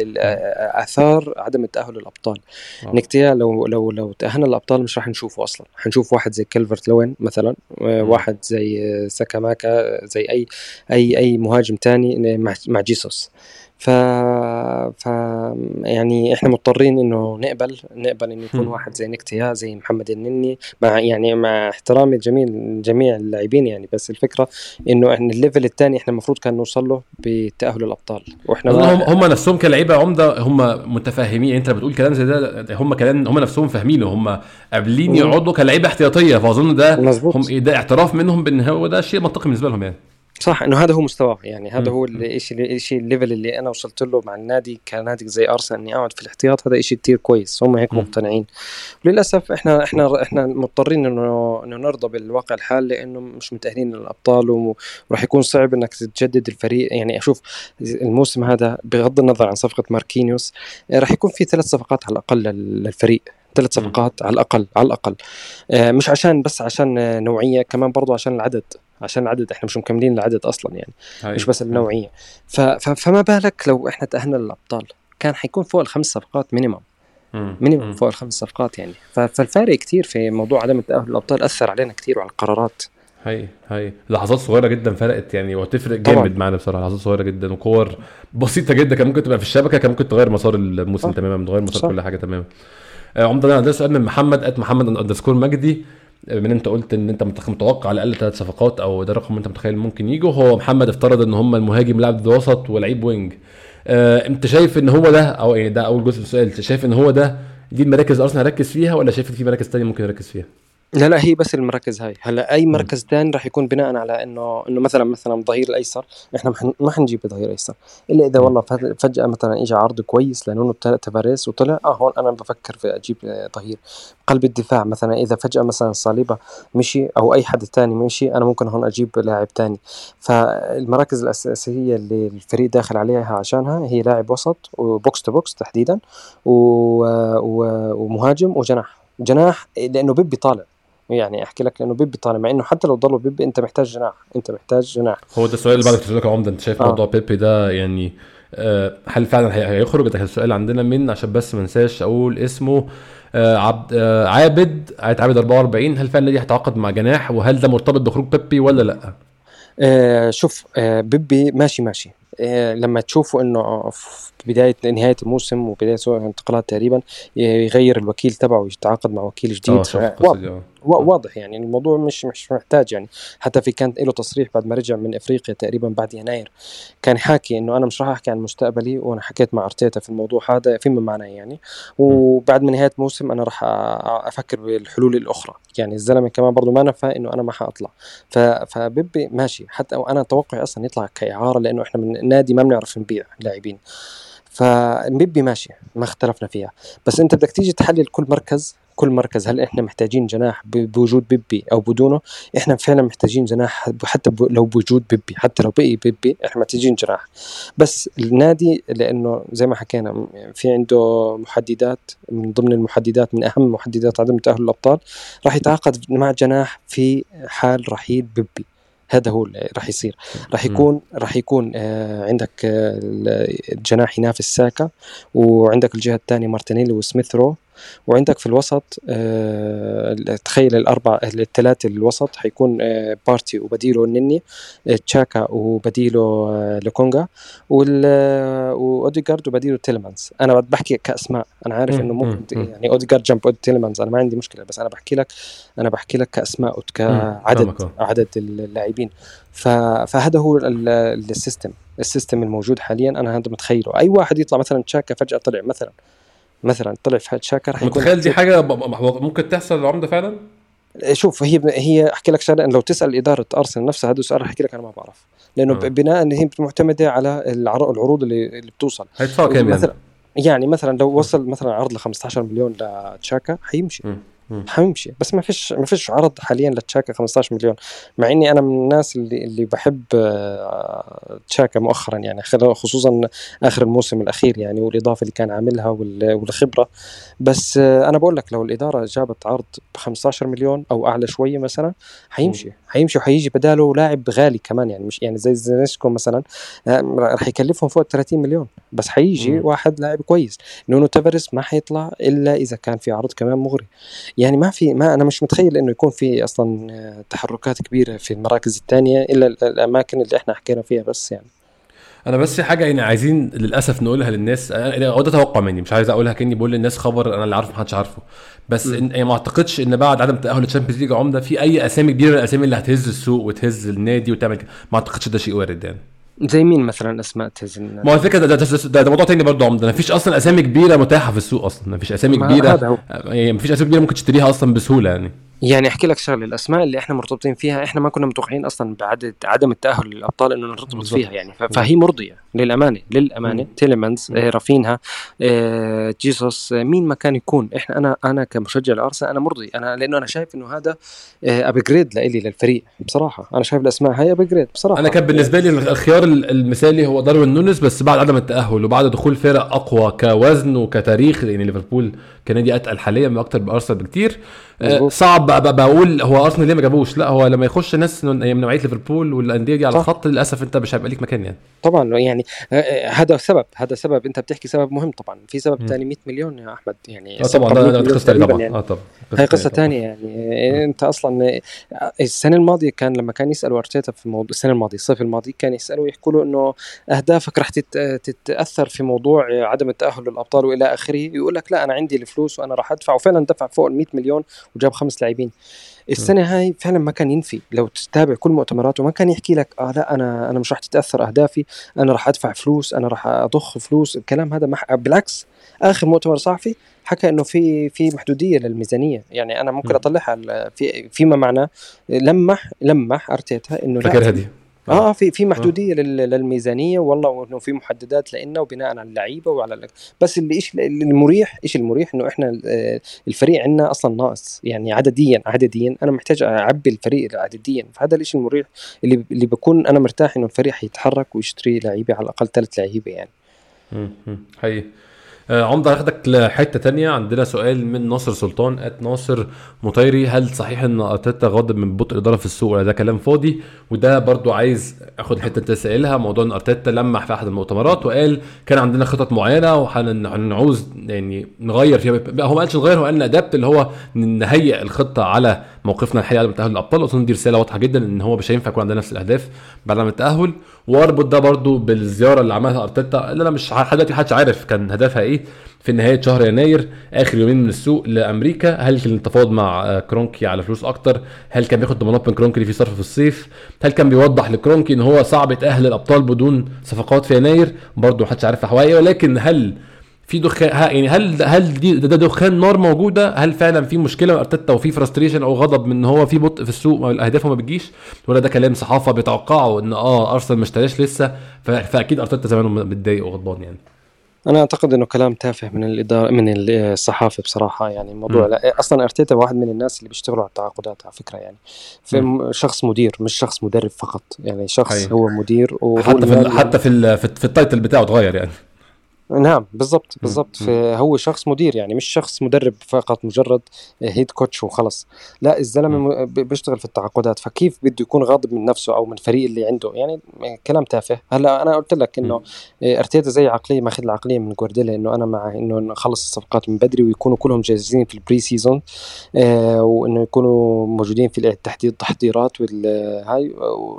آه اثار عدم التاهل للابطال. نكتيا لو لو لو تاهلنا للابطال مش راح نشوفه اصلا، حنشوف واحد زي كيلفرت لوين مثلا، آه واحد زي ساكاماكا، زي اي اي اي مهاجم تاني مع, مع جيسوس. ف... ف يعني احنا مضطرين انه نقبل نقبل انه يكون واحد زي نكتيا، زي محمد النني، مع يعني مع احترامي الجميل جميع اللاعبين يعني، بس الفكره انه احنا الليفل الثاني احنا المفروض كان نوصل له بتاهل الابطال، واحنا ما... هم هم نفسهم كلاعيبه عمده هم متفاهمين. انت بتقول كلام زي ده، هم كلام هم نفسهم فاهمينه، هم قابلين يقعدوا كلاعيبه احتياطيه، فاظن ده مزبوط. هم ده اعتراف منهم بان هو ده شيء منطقي بالنسبه لهم يعني. صح، انه هذا هو مستواه يعني، هذا م. هو الشيء الشيء الليفل اللي انا وصلت له مع النادي كنادي زي ارسنال، اني اقعد في الاحتياط، هذا شيء كتير كويس، هم هيك مقتنعين. للاسف احنا احنا احنا مضطرين انه انه نرضى بالواقع الحال، لانه مش متاهلين للابطال، وراح يكون صعب انك تجدد الفريق يعني. اشوف الموسم هذا بغض النظر عن صفقه ماركينيوس، راح يكون في ثلاث صفقات على الاقل للفريق، ثلاث صفقات على الأقل على الأقل مش عشان بس عشان نوعية، كمان برضو عشان العدد، عشان العدد احنا مش مكملين العدد أصلا يعني، هاي. مش بس النوعية. فما بالك لو احنا تأهلنا للأبطال، كان حيكون فوق الخمس صفقات مينيمم مينيمم فوق الخمس صفقات يعني. فالفارق كتير في موضوع عدم التأهل للأبطال أثر علينا كتير وعلى القرارات. هاي هاي لحظات صغيره جدا فرقت يعني، وتفرق جامد معانا بصراحه. لحظات صغيره جدا وكور بسيطه جدا كان ممكن تبقى في الشبكه، كان ممكن تغير مسار الموسم أه. تماما، تغير مسار صح. كل حاجه تماما. عمدة انا ده سؤال من محمد ات محمد اندرسكور مجدي، من انت قلت ان انت متوقع على الاقل ثلاث صفقات او ده رقم انت متخيل ممكن يجوا. هو محمد افترض ان هم المهاجم لاعب وسط ولعيب وينج. اه انت شايف ان هو ده، او يعني ده اول جزء من السؤال، شايف ان هو ده دي المراكز ارسنال هيركز فيها، ولا شايف في مراكز ثانيه ممكن يركز فيها؟ لا لا هي بس المركز هاي. هلا اي مركز ثاني راح يكون بناء على انه انه مثلا مثلا ظهير الايسر، احنا ما حنجيب ظهير ايسر الا اذا والله فجاه مثلا اجى عرض كويس لانه تافاريس وطلع، اه هون انا بفكر في اجيب ظهير. قلب الدفاع مثلا اذا فجاه مثلا صليبه مشي او اي حد ثاني مشي، انا ممكن هون اجيب لاعب ثاني. فالمراكز الاساسيه اللي الفريق داخل عليها عشانها هي لاعب وسط وبوكس تو بوكس تحديدا، ومهاجم وجناح. جناح لانه بيبي طالع يعني، احكي لك لانه بيبي طالع، مع انه حتى لو ضلوا بيبي انت محتاج جناح، انت محتاج جناح. هو ده السؤال اللي بعدك تقول لك يا عمده، انت شايف آه. موضوع بيبي ده يعني أه هل فعلا هيخرج؟ ده السؤال عندنا من عشان بس ما ننساش اقول اسمه أه عبد أه عابد عابد أربعة وأربعين. هل فعلا دي هتعاقد مع جناح، وهل ده مرتبط بخروج بيبي ولا لا؟ أه شوف أه بيبي ماشي ماشي أه لما تشوفوا انه في بدايه نهايه الموسم وبدايه سوق الانتقالات تقريبا يغير الوكيل تبعه ويتعاقد مع وكيل جديد، واضح, واضح يعني الموضوع مش مش محتاج يعني. حتى في كان له تصريح بعد ما رجع من افريقيا تقريبا بعد يناير، كان حاكي انه انا مش راح احكي عن مستقبلي، وانا حكيت مع ارتيتا في الموضوع هذا فيما معناه يعني، وبعد من نهايه موسم انا راح افكر بالحلول الاخرى يعني. الزلمه كمان برضو ما نفى انه انا ما حاطلع، فبيبي ماشي. حتى وانا اتوقع اصلا يطلع كاعاره، لانه احنا من نادي ما بنعرف نبيع لاعبين، فمبي ماشي ما اختلفنا فيها. بس انت بدك تيجي تحلل كل مركز كل مركز، هل احنا محتاجين جناح بوجود بيبي او بدونه؟ احنا فعلا محتاجين جناح، حتى لو بوجود بيبي، حتى لو بقي بيبي احنا محتاجين جناح. بس النادي لانه زي ما حكينا في عنده محددات، من ضمن المحددات من اهم محددات عدم تأهل الابطال، راح يتعاقد مع جناح في حال رحيل بيبي. هذا هو اللي راح يصير. راح يكون راح يكون آه عندك آه الجناح ينافس ساكا، وعندك الجهة الثانية مارتينيلي وسميث رو، وعندك في الوسط آه تخيل الأربع الثلاثة الوسط حيكون آه بارتي وبديله النني، آه تشاكا وبديله آه لوكونجا، وأوديغارد وبديله تيلمانز. أنا بحكي كأسماء، أنا عارف إنه ممكن يعني أوديغارد جنب أود تيلمانز أنا ما عندي مشكلة، بس أنا بحكي لك أنا بحكي لك كأسماء وكعدد عدد اللاعبين. فهذا هو السيستم السيستم الموجود حاليا. أنا هذا متخيله. أي واحد يطلع مثلا تشاكا فجأة طلع مثلا مثلا طلع في تشاكا رح يكون متخيل دي حاجة ممكن تحصل العمدة فعلا. شوف هي هي احكي لك شغله، لو تسال اداره ارسنال نفسها هذا السؤال احكي لك انا ما بعرف، لانه أه. بناء ان هي معتمده على العروض اللي اللي بتوصل. هيدفع كام مثلا يعني مثلا لو وصل مثلا عرض ل خمسة عشر مليون لتشاكا حيمشي م. حيمشي، بس ما فيش ما فيش عرض حاليا لتشاكا خمسة عشر مليون، مع اني انا من الناس اللي اللي بحب تشاكا مؤخرا يعني، خصوصا اخر الموسم الاخير يعني، والاضافه اللي كان عاملها والخبره. بس انا بقول لك لو الاداره جابت عرض ب خمسة عشر مليون او اعلى شويه مثلا حيمشي حيمشي وحيجي بداله لاعب غالي كمان يعني، مش يعني زي زينسكو مثلا راح يكلفهم فوق ثلاثين مليون، بس حيجي م. واحد لاعب كويس. نونو تافاريس ما حيطلع الا اذا كان في عرض كمان مغري يعني. ما في ما انا مش متخيل انه يكون في اصلا تحركات كبيره في المراكز الثانيه الا الاماكن اللي احنا حكينا فيها بس يعني. انا بس في حاجه يعني عايزين للاسف نقولها للناس، انا ده اتوقع مني مش عايز اقولها كاني بقول للناس خبر انا اللي عارفه محدش عارفه، بس إن يعني ما اعتقدش ان بعد عدم تاهل الشامبيونز ليج عمده في اي اسامي كبيره من الاسامي اللي هتهز السوق وتهز النادي وتعمل، ما اعتقدش ده شيء وارد يعني. زي مين مثلا اسماء تهز؟ ما هو الفكره ده ده, ده, ده, ده موضوع تاني برضه عمده. ما فيش اصلا اسامي كبيره متاحه في السوق اصلا، ما فيش اسامي كبيره يعني، ما فيش اسامي كبيره ممكن تشتريها اصلا بسهوله يعني. يعني احكي لك شغله، الاسماء اللي احنا مرتبطين فيها احنا ما كنا متوقعين اصلا بعد عدم التاهل للابطال انه نرتبط فيها يعني، فهي مرضيه للامانه للامانه. تيلمانز، آه رافينها، آه جيسوس، آه مين ما كان يكون، احنا انا انا كمشجع الارسنال انا مرضي، انا لانه انا شايف انه هذا آه ابجريد لإلي للفريق بصراحه. انا شايف الاسماء هاي ابجريد بصراحه. انا كان بالنسبه لي الخيار المثالي هو داروين نونيز، بس بعد عدم التاهل وبعد دخول فرق اقوى كوزن وكتاريخ، لان ليفربول كنادي اتقل حاليا من اكتر بارسنال بكتير. آه صعب بقول هو ارسنال ليه ما جابوش، لا هو لما يخش ناس من نوعيه ليفربول والانديه دي على الخط للاسف انت مش هيبقى ليك مكان يعني. طبعا يعني هذا سبب هذا سبب انت بتحكي سبب مهم. طبعا في سبب ثاني مية مليون يا احمد يعني. اه طبعا ده قصه طبعا يعني. اه طبعا هي قصه ثانيه يعني. م. انت اصلا السنه الماضيه كان لما كان يسالوا ارتيتا في موضوع السنه الماضيه الصيف الماضي كان يسالوا يحكوا له انه اهدافك راح تتاثر في موضوع عدم التاهل للابطال والى اخره، يقول لك لا انا عندي الفلوس وانا راح ادفع، وفعلا دفع فوق ال مية مليون وجاب خمس لاعبين. السنه هاي فعلا ما كان ينفي، لو تتابع كل مؤتمراته ما كان يحكي لك اه لا انا انا مش راح تتاثر اهدافي، انا راح ادفع فلوس، انا راح اضخ فلوس. الكلام هذا مح... بالعكس اخر مؤتمر صحفي حكى انه في في محدوديه للميزانيه يعني. انا ممكن اطلعها في فيما معناه لمح لمح ارتيتا انه فكر هدي اه في في محدوديه آه. للميزانيه والله، وانه في محددات لنا وبناء على اللعيبه وعلى لك. بس اللي ايش المريح ايش المريح انه احنا الفريق عندنا اصلا ناقص يعني عدديا عدديا انا محتاج اعبي الفريق عدديا، فهذا الشيء المريح اللي اللي بكون انا مرتاح انه الفريق حيتحرك ويشتري لعيبه على الاقل ثلاث لعيبه يعني. امم حقيقي. عمده هاخدك لحته تانية. عندنا سؤال من ناصر سلطان ات ناصر مطيري، هل صحيح ان ارتيتا غاضب من بطء الاداره في السوق ولا ده كلام فاضي؟ وده برضو عايز اخد الحته اللي تسالها، موضوع ان ارتيتا لمح في احد المؤتمرات وقال كان عندنا خطط معينه وهنعوز يعني نغير فيها. هو ما قالش نغير، هو قال ادابت اللي هو نهيئ الخطه على موقفنا الحقيقي على التاهل للابطال. اظن دي رساله واضحه جدا ان هو مش هينفع يكون عندنا نفس الاهداف بعد ما التاهل. واربط ده برضو بالزياره اللي عملها ارتيتا اللي انا مش لحد دلوقتي محدش عارف كان هدفها ايه في نهايه شهر يناير اخر يومين من السوق لامريكا. هل كان التفاوض مع كرونكي على فلوس اكتر؟ هل كان بياخد ضمانات من كرونكي في صرف في الصيف؟ هل كان بيوضح لكرونكي ان هو صعب يتاهل الابطال بدون صفقات في يناير؟ برضو محدش عارف حوالي. ولكن هل في دخان يعني هل هل دي ده دخان نار موجوده؟ هل فعلا في مشكله ارتيتا وفي فرستريشن او غضب من ان هو في بطء في السوق والاهداف ما بتجيش؟ ولا ده كلام صحافه بيتوقعوا ان اه ارسنال ما اشتراش لسه فاكيد ارتيتا زمانه متضايق وغضبان يعني؟ انا اعتقد انه كلام تافه من الاداره من الصحافه بصراحه يعني. الموضوع لا اصلا ارتيتا واحد من الناس اللي بيشتغلوا على التعاقدات على فكره يعني، في م. شخص مدير مش شخص مدرب فقط يعني، شخص هي. هو مدير حتى في حتى في في, في التايتل بتاعه اتغير يعني. نعم بالضبط مم. بالضبط. مم. فهو شخص مدير يعني، مش شخص مدرب فقط مجرد هيد كوتش وخلص. لا الزلمه مم. م- ب- بيشتغل في التعاقدات، فكيف بده يكون غاضب من نفسه او من الفريق اللي عنده يعني؟ كلام تافه. هلا انا قلت لك انه مم. ارتيتا زي عقليه، ماخذ العقليه من جوارديولا، انه انا مع انه نخلص الصفقات من بدري ويكونوا كلهم جاهزين في البري سيزون، آه وانه يكونوا موجودين في التحديد التحضيرات والهاي.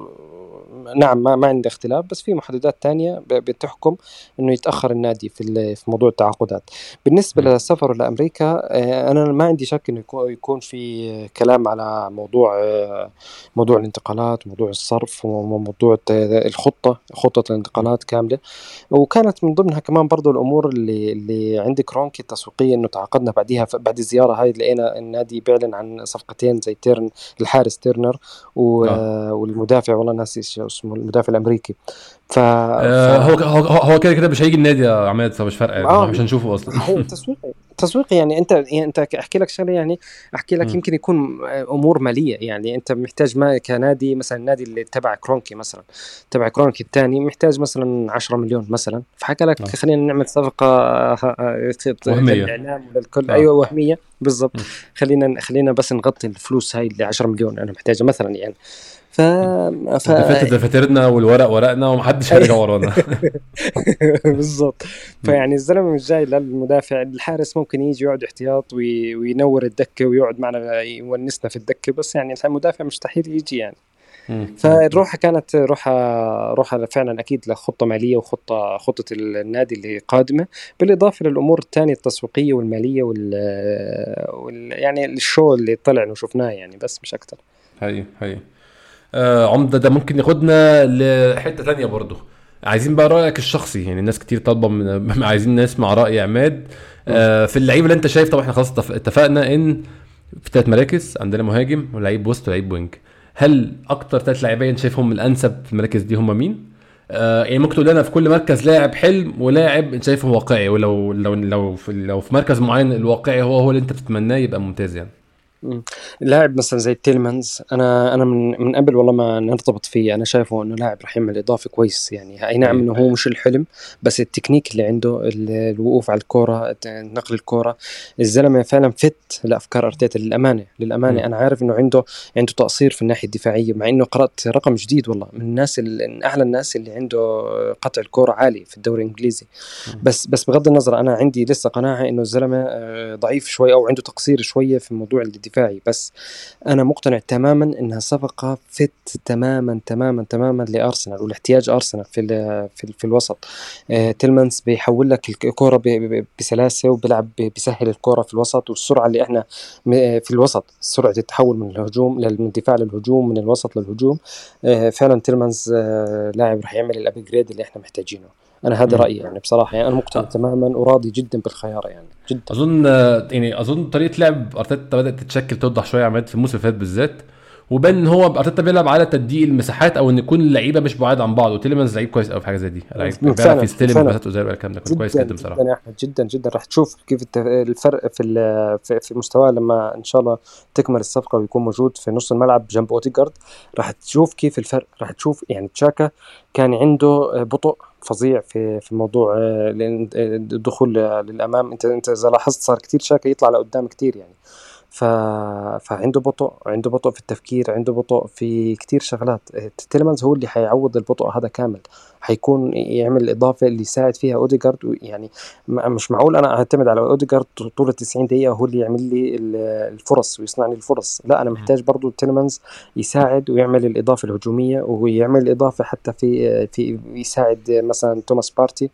نعم ما ما عندي اختلاف، بس في محددات تانية ب- بتحكم انه يتاخر النادي في ال- في موضوع التعاقدات. بالنسبه مم. للسفر لامريكا، آه، انا ما عندي شك انه يكون يكون في كلام على موضوع آه، موضوع الانتقالات، موضوع الصرف، وموضوع الت- الخطه خطه مم. الانتقالات كامله. وكانت من ضمنها كمان برضو الامور اللي اللي عند كرونكي التسويقيه، انه تعاقدنا بعديها بعد الزياره هاي لقينا النادي بيعلن عن صفقتين زي تيرن، الحارس تيرنر و- اه والمدافع والله ناسي شو اسمه، المدافع الامريكي. ف ف آه، هو هو هو كده كده مش هيجي النادي يا عماد، فمش فارقه يعني، ما اه مش هنشوفه اصلا. هو تسويقي تسويقي يعني. انت يعني انت احكي لك شغله يعني، احكي لك مم. يمكن يكون امور ماليه يعني. انت محتاج ما كنادي مثلا، النادي اللي تبع كرونكي مثلا، تبع كرونكي الثاني محتاج مثلا عشرة مليون مثلا، فحكى لك اه خلينا نعمل صفقه وهميه. للاعلام وللكل. اه ايوه وهميه بالضبط. مم. خلينا خلينا بس نغطي الفلوس هاي اللي عشرة مليون انا محتاجه مثلا يعني. ف ف الدفاتر دفاترنا والورق ورقنا ومحدش هيرجع ورانا. بالضبط. مم. فيعني الزلمه مش جاي للمدافع، الحارس ممكن يجي يقعد احتياط وي... وينور الدكه ويقعد معنا يونسنا في الدكه، بس يعني المدافع مستحيل يجي يعني. مم. مم. فالروحه كانت روحه روحه فعلا اكيد لخطه ماليه وخطه خطه النادي اللي قادمه، بالاضافه للامور الثانيه التسويقيه والماليه وال... وال... يعني الشو اللي طلع وشفناه يعني، بس مش اكثر. هي هي آه عمدة، ده ممكن ياخدنا لحتة تانية برضو. عايزين بقى رأيك الشخصي، يعني الناس كتير طالبة من عايزين نسمع رأي عماد آه في اللعيبة اللي انت شايف. طبعا احنا خلاص اتف- اتفقنا ان في ثلاث مراكز عندنا مهاجم ولعيب وسط ولعيب وينج. هل اكتر ثلاث لاعبين انت شايفهم الانسب في المراكز دي هم مين؟ آه يعني ممكن تقول لنا في كل مركز لاعب حلم ولاعب انت شايفه واقعي، ولو لو لو في لو في مركز معين الواقعي هو هو اللي انت بتتمناه يبقى ممتاز يعني. مم. لاعب مثلا زي تيلمانز، انا انا من من قبل والله ما نرتبط فيه، انا شايفه انه لاعب رح يعمل اضافه كويس يعني. اي نعم هي انه هو مش الحلم، بس التكنيك اللي عنده، ال- الوقوف على الكوره، نقل الكوره، الزلمه فعلا فت لافكار ارتيتا. للامانه للامانه مم. انا عارف انه عنده عنده تقصير في الناحيه الدفاعيه، مع انه قرات رقم جديد والله من الناس ال- من اعلى الناس اللي عنده قطع الكوره عالي في الدوري الانجليزي. مم. بس بس بغض النظر انا عندي لسه قناعه انه الزلمه آه، ضعيف شوي او عنده تقصير شويه في الموضوع الدفاعي. بس انا مقتنع تماما انها صفقه فت تماما تماما تماما لارسنال والاحتياج ارسنال في ال في, ال في الوسط. آه تيلمانز بيحول لك الكره ب- ب- بسلاسه، وبيلعب ب- بيسهل الكره في الوسط، والسرعه اللي احنا م- في الوسط، سرعه التحول من الهجوم لل- من الدفاع للهجوم، من الوسط للهجوم. آه فعلا تيلمانز آه لاعب راح يعمل الابجريد اللي احنا محتاجينه. انا هذا مم. رايي يعني بصراحه، يعني انا مقتنع آه، تماما وراضي جدا بالخيار يعني جدا. اظن آه، يعني اظن طريقه لعب ارتيتا بدات تتشكل توضح شويه يا عماد في الموسم اللي فات بالذات، وبان ان هو ارتيتا بيلعب على تضييق المساحات او ان يكون اللعيبه مش بعاد عن بعض. وتيليمانز لعيب كويس قوي في حاجه زي دي، لعيب بيعرف فعلا يستلم فعلا مسات قصيره، الكلام ده كان كويس جدا جدا جدا بصراحه. يا احمد، جدا جدا. راح تشوف كيف الت- الفرق في ال- في في مستواه لما ان شاء الله تكمل الصفقه ويكون موجود في نص الملعب جنب اوديجارد. راح تشوف كيف الفرق، راح تشوف يعني تشاكا كان عنده بطء فظيع في في موضوع آه، لأن- الدخول للامام. انت انت اذا لاحظت صار كتير شاكا يطلع لقدام كتير يعني. ف... فعنده بطء، عنده بطء في التفكير، عنده بطء في كتير شغلات. تيلمانز هو اللي حيعوض البطء هذا كامل، حيكون يعمل الإضافة اللي يساعد فيها أوديجارد يعني. م- مش معقول أنا أعتمد على أوديجارد طول التسعين دقيقة هو اللي يعمل لي ال- الفرص ويصنع لي الفرص. لا أنا مم. محتاج برضو تيلمانز يساعد ويعمل الإضافة الهجومية، ويعمل الإضافة حتى في في يساعد مثلا توماس بارتي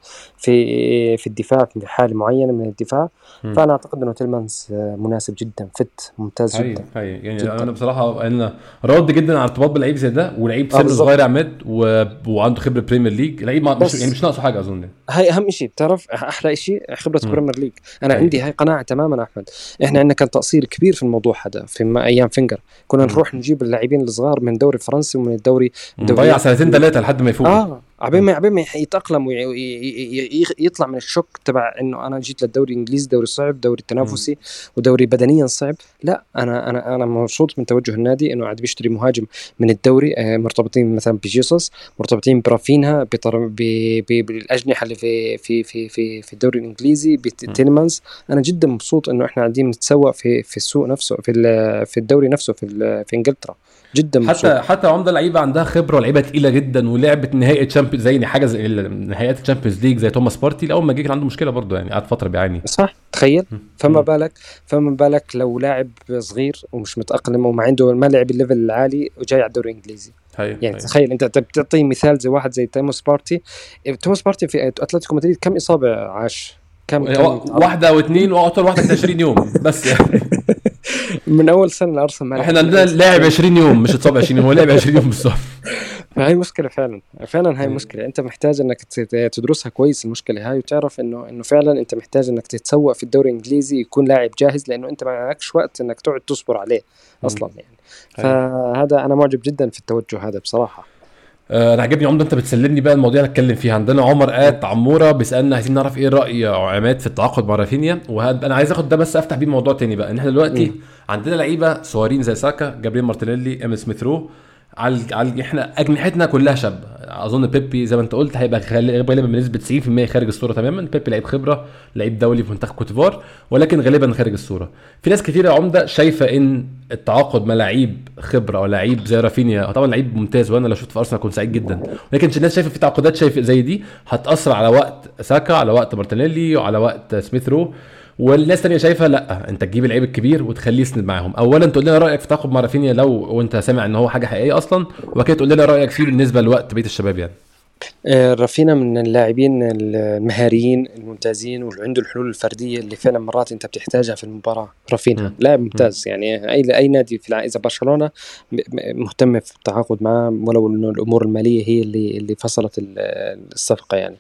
في في الدفاع في حالة معينة من الدفاع. مم. فأنا أعتقد إنه تيلمانز مناسب جدا، فت ممتاز هاي جدا هاي يعني جدا. انا بصراحه انا راضي جدا على ارتباط بلعيب زي ده، ولعيب اه سنه صغير بالضبط. يا عماد و... وعنده خبره بريمير ليج، لعيب ما- مش يعني بس مش ناقصه حاجه اظن يعني. هاي اهم شيء، بتعرف احلى شيء خبره مم. بريمير ليج. انا هاي عندي هاي قناعه تماما احمد. احنا عندنا كان تقصير كبير في الموضوع هذا في م- ايام فينجر. كنا مم. نروح نجيب اللاعبين الصغار من الدوري الفرنسي ومن الدوري مضيع الدوريات سنتين ال- ثلاثه لحد ما يفوقوا. اه عبين ما عبين ما يتأقلم ويطلع من الشوك تبع إنه أنا جيت للدوري الإنجليزي، دوري صعب، دوري تنافسي ودوري بدنيا صعب. لا أنا أنا أنا مبسوط من توجه النادي إنه عاد بيشتري مهاجم من الدوري، مرتبطين مثلا بجيسوس، مرتبطين برافينها، بالأجنحة اللي في في في في في الدوري الإنجليزي بتيلمانز. أنا جدا مبسوط إنه إحنا قاعدين نتسوق في في السوق نفسه، في في الدوري نفسه، في في إنجلترا. جدا مبسوط. حتى حتى عمده لعيبه عندها خبره ولعيبه تقيله جدا ولعبت نهائي تشامبيونز زي حاجه زي نهائيات الشامبيونز ليج زي توماس بارتي. الاول ما جه كان عنده مشكله برضه يعني، قعد فتره بيعاني. صح تخيل. فما بالك فما بالك لو لاعب صغير ومش متاقلم وما عنده ما لعب الليفل العالي وجاي على الدوري الانجليزي. هي. يعني هي. تخيل انت بتعطي مثال زي واحد زي توماس بارتي. توماس بارتي في اتلتيكو مدريد كم اصابه عاش؟ كم كم واحده او اثنين واكثر واحده كانت عشرين يوم بس يعني. من اول سنه الارسنال احنا عندنا لاعب عشرين يوم مش اتصاب عشرين يوم، هو لاعب عشرين يوم بالظبط. فهي مشكله فعلا فعلا هاي مشكله انت محتاج انك تدرسها كويس المشكله هاي، وتعرف انه انه فعلا انت محتاج انك تتسوق في الدوري الانجليزي يكون لاعب جاهز، لانه انت ما معكش وقت انك تقعد تصبر عليه اصلا يعني. فهذا انا معجب جدا في التوجه هذا بصراحه. انا عجبني عمده انت بتسلمني بقى المواضيع اللي اتكلم فيها. عندنا عمر قات عموره بيسالنا عايزين نعرف ايه راي عماد في التعاقد مع رافينيا، وانا عايز اخد ده بس افتح بيه موضوع تاني بقى. ان احنا دلوقتي م. عندنا لعيبه صغيرين زي ساكا، جابريل مارتينيلي، ام سميث رو، على على احنا اجنحتنا كلها شاب. اظن بيبي زي ما انت قلت هيبقى غالبا بنسبه تسعين بالمية خارج الصوره تماما. بيبي لعيب خبره، لعيب دولي في منتخب كوتيفوار، ولكن غالبا خارج الصوره. في ناس كتير يا عمده شايفه ان التعاقد مع لعيب خبره او لعيب زي رافينيا طبعا لعيب ممتاز، وانا لو شفت في ارسنال كنت سعيد جدا، ولكن الناس شايفه في تعاقدات شايفه زي دي هتاثر على وقت ساكا، على وقت مارتينيلي، وعلى وقت سميث رو. والناس تانية شايفه لا انت تجيب اللعيب الكبير وتخليه يسند معاهم. اولا تقول لنا رايك في تعاقد مع رافينيا لو وانت سامع ان هو حاجه حقيقيه اصلا، وكده تقول لنا رايك فيه بالنسبه لوقت بيت الشباب يعني. رافينا من اللاعبين المهاريين الممتازين واللي عنده الحلول الفرديه اللي فعلا مرات انت بتحتاجها في المباراه. رافينا لاعب ممتاز يعني، اي اي نادي في اذا برشلونه مهتم في التعاقد معه، ولو انه الامور الماليه هي اللي اللي فصلت الصفقه يعني.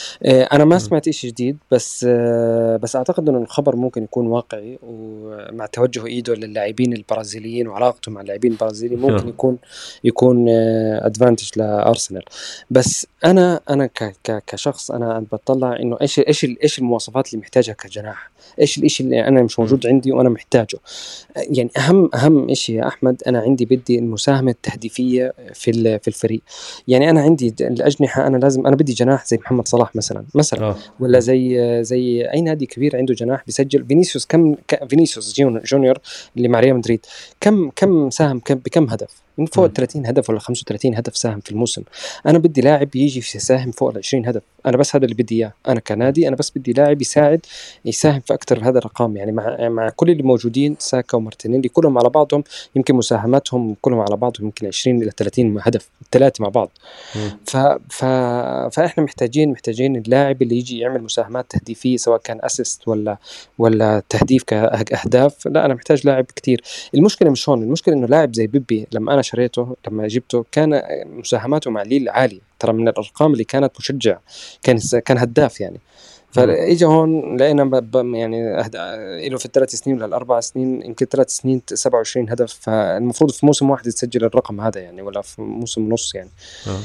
انا ما سمعت شيء جديد، بس بس اعتقد انه الخبر ممكن يكون واقعي، ومع توجه ايده للاعبين البرازيليين وعلاقته مع اللاعبين البرازيليين ممكن يكون يكون ادفانتج لارسنال. بس انا انا ك ك كشخص انا بتطلع انه ايش ايش ايش المواصفات اللي محتاجها كجناح، ايش الاشي اللي انا مش موجود عندي وانا محتاجه. يعني اهم اهم اشي يا احمد، انا عندي بدي المساهمه التهديفيه في في الفريق. يعني انا عندي الاجنحه، انا لازم انا بدي جناح زي محمد صلاح مثلا مثلا أوه. ولا زي زي اي نادي كبير عنده جناح بيسجل. فينيسيوس كم فينيسيوس جونيور اللي مع ريال مدريد كم كم ساهم كم بكم هدف؟ من فوق ثلاثين هدف ولا خمسة وثلاثين هدف ساهم في الموسم. انا بدي لاعب يجي في يساهم فوق ال عشرين هدف. انا بس هذا اللي بدي اياه انا كنادي، انا بس بدي لاعب يساعد يساهم في اكثر هذا الرقم. يعني مع مع كل اللي موجودين ساكا ومارتينيلي كلهم على بعضهم يمكن مساهماتهم كلهم على بعضهم يمكن عشرين الى ثلاثين هدف الثلاثه مع بعض. ف... ف... فاحنا محتاجين محتاجين اللاعب اللي يجي يعمل مساهمات تهديفيه سواء كان اسيست ولا ولا تهديف كاهداف. لا انا محتاج لاعب كتير. المشكله مش هون، المشكله انه لاعب زي بيبي لما انا شريته لما جبته كان مساهماته مع ليل عاليه، ترى من الارقام اللي كانت مشجع، كان كان هداف يعني. فاجا هون لقينا يعني له في الثلاث سنين ولا الاربع سنين يمكن ثلاث سنين سبعة وعشرين هدف، فالمفروض في موسم واحد يسجل الرقم هذا يعني، ولا في موسم نص يعني. أه.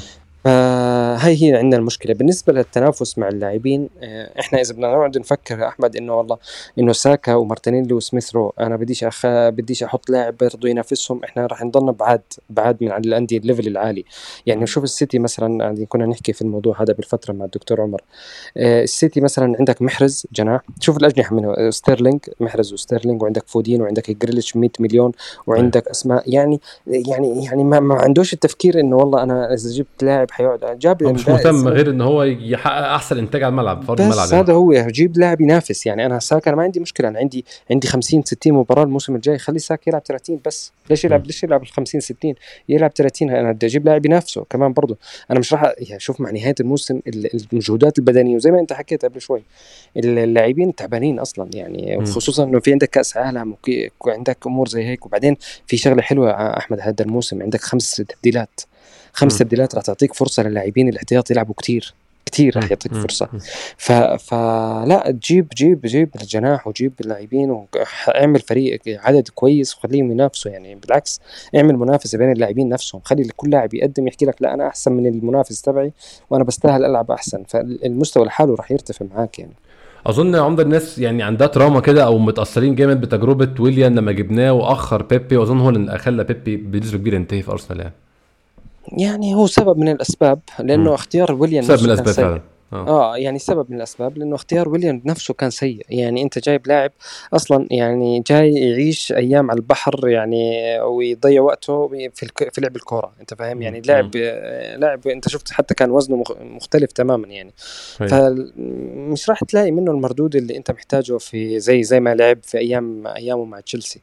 فهي هي عندنا المشكله بالنسبه للتنافس مع اللاعبين. احنا اذا بدنا نقعد نفكر يا احمد انه والله انه ساكا ومارتينيلي وسميث رو انا بديش أخ... بديش احط لاعب برضو ينافسهم، احنا راح نضلنا بعاد بعاد من عن الانديه الليفل العالي يعني. نشوف السيتي مثلا، يعني كنا نحكي في الموضوع هذا بالفتره مع الدكتور عمر. السيتي مثلا عندك محرز جناح، شوف الاجنحه منه ستيرلينج، محرز وستيرلينج، وعندك فودين، وعندك جريليتش مية مليون، وعندك اسماء يعني يعني يعني ما, ما عندوش التفكير انه والله انا اذا جبت لاعب حيقعد جاب مش مهتم غير ان هو يحقق احسن انتاج على الملعب فرد الملعب. بس هذا هو يجيب لاعب ينافس يعني. انا ساكا ما عندي مشكله، انا عندي عندي خمسين ستين مباراه الموسم الجاي، خلي ساكا يلعب ثلاثين بس. ليش يلعب ليش يلعب ال50 ستين؟ يلعب ثلاثين. انا بدي اجيب لاعب ينافسه كمان برضه. انا مش راح يعني شوف مع نهايه الموسم المجهودات البدنيه وزي ما انت حكيت قبل شوي اللاعبين تعبانين اصلا يعني، خصوصا انه في عندك كاس عالم وعندك امور زي هيك. وبعدين في شغله حلوه احمد هذا الموسم عندك خمس تبديلات، خمس تبديلات راح تعطيك فرصه للاعبين الاحتياط يلعبوا كتير كتير رح يعطيك فرصة. ف... فلا تجيب جيب جيب الجناح وجيب اللاعبين واعمل فريق عدد كويس وخليهم ينافسوا. يعني بالعكس اعمل منافسة بين اللاعبين نفسهم، خلي كل لاعب يقدم يحكي لك لا أنا أحسن من المنافس تبعي وأنا بستاهل ألعب أحسن، فالمستوى لحاله رح يرتفع معاك. يعني اظن عمد الناس يعني عندها تراما كده او متاثرين جامد بتجربه ويليان لما جبناه واخر بيبي، واظن هو اللي خلى بيبي بنسبه كبيره ينتهي في ارسنال. يعني يعني هو سبب من الأسباب لأنه مم. اختيار ويليان سبب من نفسه كان الاسباب سيء. فعلا. اه اه يعني سبب من الاسباب لانه اختيار ويليام نفسه كان سيء. يعني انت جايب لاعب اصلا يعني جاي يعيش ايام على البحر يعني ويضيع وقته في الك... في لعب الكوره، انت فاهم يعني. لاعب لاعب انت شفت حتى كان وزنه مخ... مختلف تماما يعني. فمش راح تلاقي منه المردود اللي انت محتاجه في زي زي ما لعب في ايام ايامه مع تشيلسي.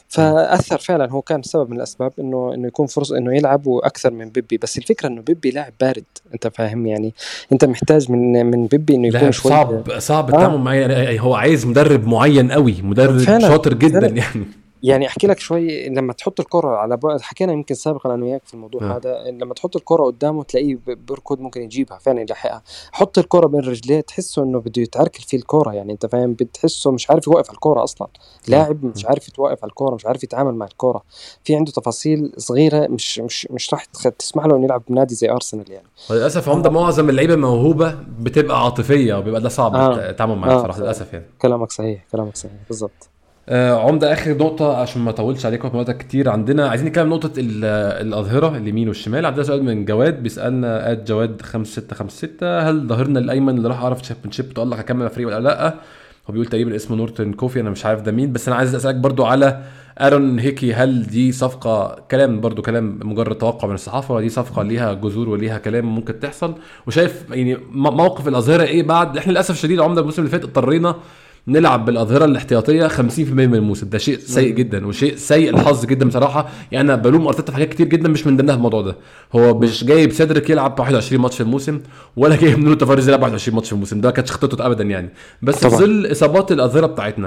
فاثر فعلا، هو كان سبب من الاسباب انه انه يكون فرصه انه يلعب واكثر من بيبي. بس الفكره انه بيبي لاعب بارد، انت فاهم يعني. انت محتاج من من بيبي انه يكون شوي صعب صعب آه. التعامل معاه. يعني هو عايز مدرب معين قوي، مدرب فعلا شاطر جدا فعلا. يعني. يعني احكي لك شوي، لما تحط الكرة على بعد، حكينا يمكن سابقا انا وياك في الموضوع آه. هذا، لما تحط الكرة قدامه تلاقيه بيركض ممكن يجيبها فعلا يلحقها. حط الكرة بين رجليه تحسه انه بده يتعركل في الكرة، يعني انت فاهم، بتحسه مش عارف يوقف على الكرة اصلا. لاعب مش عارف يتوقف على الكرة، مش عارف يتعامل مع الكرة، في عنده تفاصيل صغيرة مش مش مش راح تسمح له انه يلعب بنادي زي ارسنال يعني. للاسف عمده معظم اللعيبه موهوبه بتبقى عاطفيه وبيبقى ده صعب آه. التعامل معاه آه. بصراحه للاسف يعني. كلامك صحيح كلامك صحيح بالضبط. آه عمده اخر نقطه عشان ما اطولش عليكم وقتك كتير، عندنا عايزين نتكلم نقطه الاظهره اليمين والشمال. عندنا سؤال من جواد بيسالنا اد جواد خمسة ستة خمسة ستة، هل ظهرنا الايمن اللي راح اعرف تشامبيونشيب تقول لك هكمل فريق ولا لا؟ هو بيقول تقريبا اسمه نورتن كوفي، انا مش عارف ده مين. بس انا عايز اسالك برضو على ارون هيكي، هل دي صفقه كلام برضو كلام مجرد توقع من الصحافه، ولا دي صفقه ليها جذور وليها كلام ممكن تحصل؟ وشايف يعني موقف الاظهره ايه بعد احنا للاسف الشديد عمده الموسم اللي فات اضطرينا نلعب بالاظهره الاحتياطيه خمسين بالمية من الموسم. ده شيء سيء جدا وشيء سيء الحظ جدا بصراحه. يعني انا بلوم ارتيتا في حاجات كتير جدا مش من ضمنها الموضوع ده. هو مش جايب سيدريك يلعب واحد وعشرين ماتش في الموسم، ولا جايب نونو تافاريز يلعب واحد وعشرين ماتش في الموسم، ده كانت خطته ابدا يعني. بس في ظل اصابات الاظهره بتاعتنا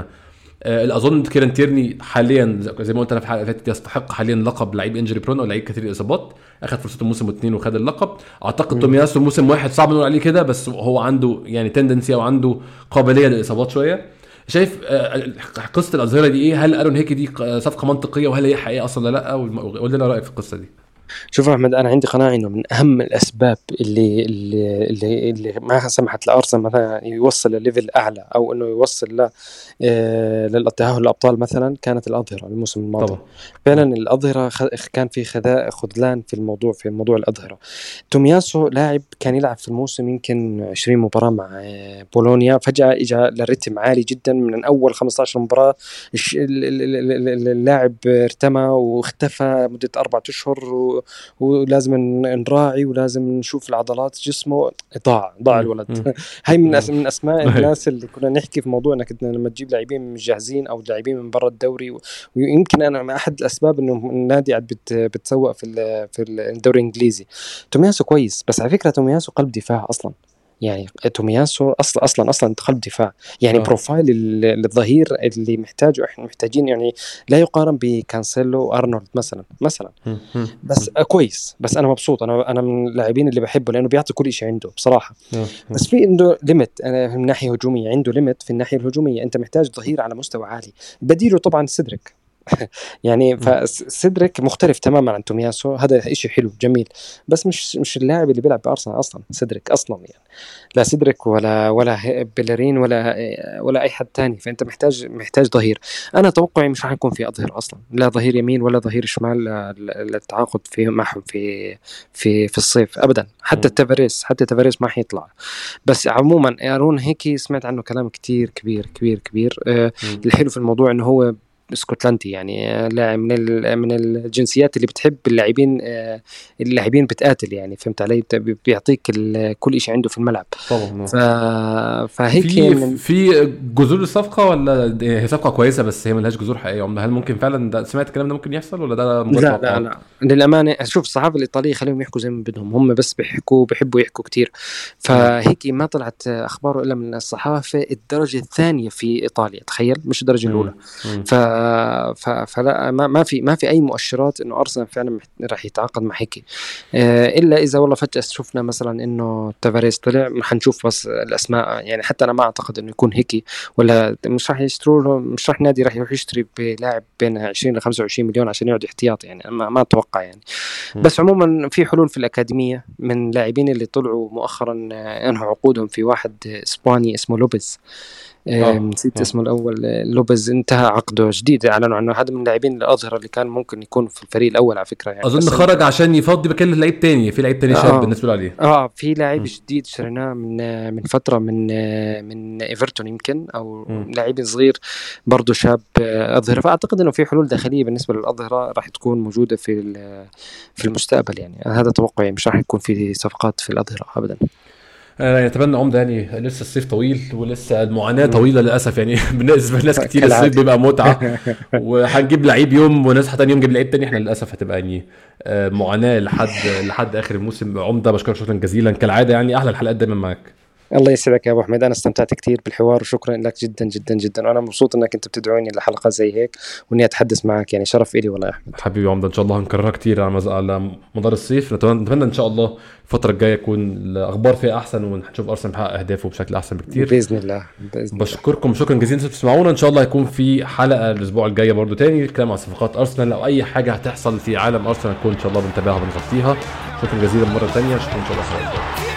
آه اظن كيران تيرني حاليا زي ما قلت انا في الحلقه اللي فاتت يستحق حاليا لقب لعيب انجري برون او لعيب كثير الاصابات، اخذ فرصته الموسم واثنين وخد اللقب. اعتقد تومياسو الموسم واحد صعب نقول عليه كده، بس هو عنده يعني تندنسي او عنده قابليه للاصابات شويه. شايف قصه الاظهره دي ايه؟ هل ارون هيك دي صفقه منطقيه وهل هي حقيقه اصلا ولا لا؟ وقول لنا رايك في القصه دي. شوف احمد، انا عندي قناعه انه من اهم الاسباب اللي اللي اللي, اللي ما سمحت لارسنال مثلا يوصل لليفل اعلى او انه يوصل ل آه للتاهل الابطال مثلا كانت الاظهره الموسم الماضي. طبعا. فعلا الاظهره كان في خذاء خذلان في الموضوع في موضوع الاظهره. تومياسو لاعب كان يلعب في الموسم يمكن عشرين مباراه مع بولونيا، فجاه اجى لرتم عالي جدا من اول خمسة عشر مباراه. اللاعب ارتمى واختفى مده اربعة اشهر و ولازم نراعي ولازم نشوف العضلات جسمه. ضاع ضاع الولد. هاي من من اسماء الناس اللي كنا نحكي في موضوع انك لما تجيب لاعبين مش جاهزين او لاعبين من برا الدوري، ويمكن انا مع احد الاسباب انه النادي قاعد بتسوق في في الدوري الانجليزي. تومياسو كويس، بس على فكره تومياسو قلب دفاع اصلا. يعني تومياسو اصلا اصلا اصلا قلب دفاع يعني. أوه. بروفايل الظهير اللي محتاجه احنا محتاجين يعني لا يقارن بكانسيلو وارنولد مثلا مثلا بس كويس. بس انا مبسوط، انا انا من اللاعبين اللي بحبه لانه بيعطي كل شيء عنده بصراحه. بس في عنده ليميت من الناحيه الهجوميه، عنده ليميت في الناحيه الهجوميه. انت محتاج ظهير على مستوى عالي، بديله طبعا سيدريك يعني. فسيدريك مختلف تماما عن تومياسو، هذا إشي حلو جميل، بس مش مش اللاعب اللي بيلعب بأرسنال أصلا سيدريك أصلا يعني. لا سيدريك ولا ولا بيلرين ولا ولا أي حد تاني. فأنت محتاج محتاج ظهير. أنا توقعي مش راح يكون في أظهر أصلا، لا ظهير يمين ولا ظهير شمال للتعاقد في معهم في في في الصيف أبدا. حتى تافاريز حتى تافاريز ما حيطلع. بس عموما أرون هيكي سمعت عنه كلام كتير كبير كبير كبير. آه الحلو في الموضوع إنه هو اسكتلندي يعني، لاعب من من الجنسيات اللي بتحب اللاعبين اللاعبين بتقاتل يعني. فهمت علي؟ بيعطيك كل شيء عنده في الملعب طبعا. ف... فهيك في من... في جذور الصفقه ولا هي صفقه كويسه بس هي ملهاش جذور حقيقيه؟ هل ممكن فعلا ده سمعت الكلام ده ممكن يحصل ولا ده مجرد لا لا لا للامانه. شوف الصحافه الايطاليه خليهم يحكوا زي ما بدهم، هم بس بيحكوا بيحبوا يحكوا كتير. فهيك ما طلعت اخباره الا من الصحافه الدرجه الثانيه في ايطاليا، تخيل، مش الدرجه الاولى. ف ف... فلا ما... ما في ما في اي مؤشرات انه ارسنال فعلا راح يتعاقد مع هيكي، الا اذا والله فجاه شفنا مثلا انه تافاريز طلع، حنشوف بس الاسماء يعني. حتى انا ما اعتقد انه يكون هيكي، ولا مش راح يشتروا، مش راح نادي راح يروح يشتري بلاعب بين عشرين ل خمسة وعشرين مليون عشان يقعد احتياط يعني. ما, ما اتوقع يعني. بس عموما في حلول في الاكاديميه من لاعبين اللي طلعوا مؤخرا انهوا عقودهم. في واحد اسباني اسمه لوبيز، نسيت اسمه الاول، لوبيز انتهى عقده جديد، اعلنوا عنه. هذا من اللاعبين الاظهر اللي كان ممكن يكون في الفريق الاول على فكره يعني. اظن خرج عشان يفضي مكان لعيب تاني، في لعيب تاني شاب آه بالنسبه له عليه. اه في لاعب جديد شريناه من من فتره من من ايفرتون يمكن، او لاعب صغير برضه شاب اظهر. فاعتقد انه في حلول داخليه بالنسبه للاظهره راح تكون موجوده في في المستقبل يعني. هذا توقعي، مش راح يكون في صفقات في الاظهره ابدا. انا اتمنى عمده يعني. لسه الصيف طويل ولسه المعاناه طويله للاسف يعني. بالنسبه لناس كتير الصيف بيبقى متعه وهنجيب لعيب يوم وناس تاني يوم نجيب لعيب تاني. احنا للاسف هتبقى يعني معاناه لحد لحد اخر الموسم. عمده بشكرك شكرا جزيلا كالعاده يعني. احلى الحلقات دايما معاك. الله يسعدك يا ابو حميد، انا استمتعت كثير بالحوار وشكرا لك جدا جدا جدا. وانا مبسوط انك انت بتدعوني لحلقه زي هيك واني اتحدث معك يعني. شرف لي والله يا احمد. حبيبي عمده، ان شاء الله هنكررها كتير على مدار الصيف. نتمنى ان شاء الله الفتره الجايه يكون الاخبار فيها احسن ونشوف ارسنال محقق اهدافه بشكل احسن بكتير باذن الله. باذن بشكركم شكرا جزيلا انكم تسمعونا. ان شاء الله هيكون في حلقه الاسبوع الجاي برضو تاني كلام عن صفقات ارسنال او اي حاجه هتحصل في عالم ارسنال نكون ان شاء الله بنتابعها وبنغطيها. شكرا جزيلا مره ثانيه. شكرا ان شاء الله.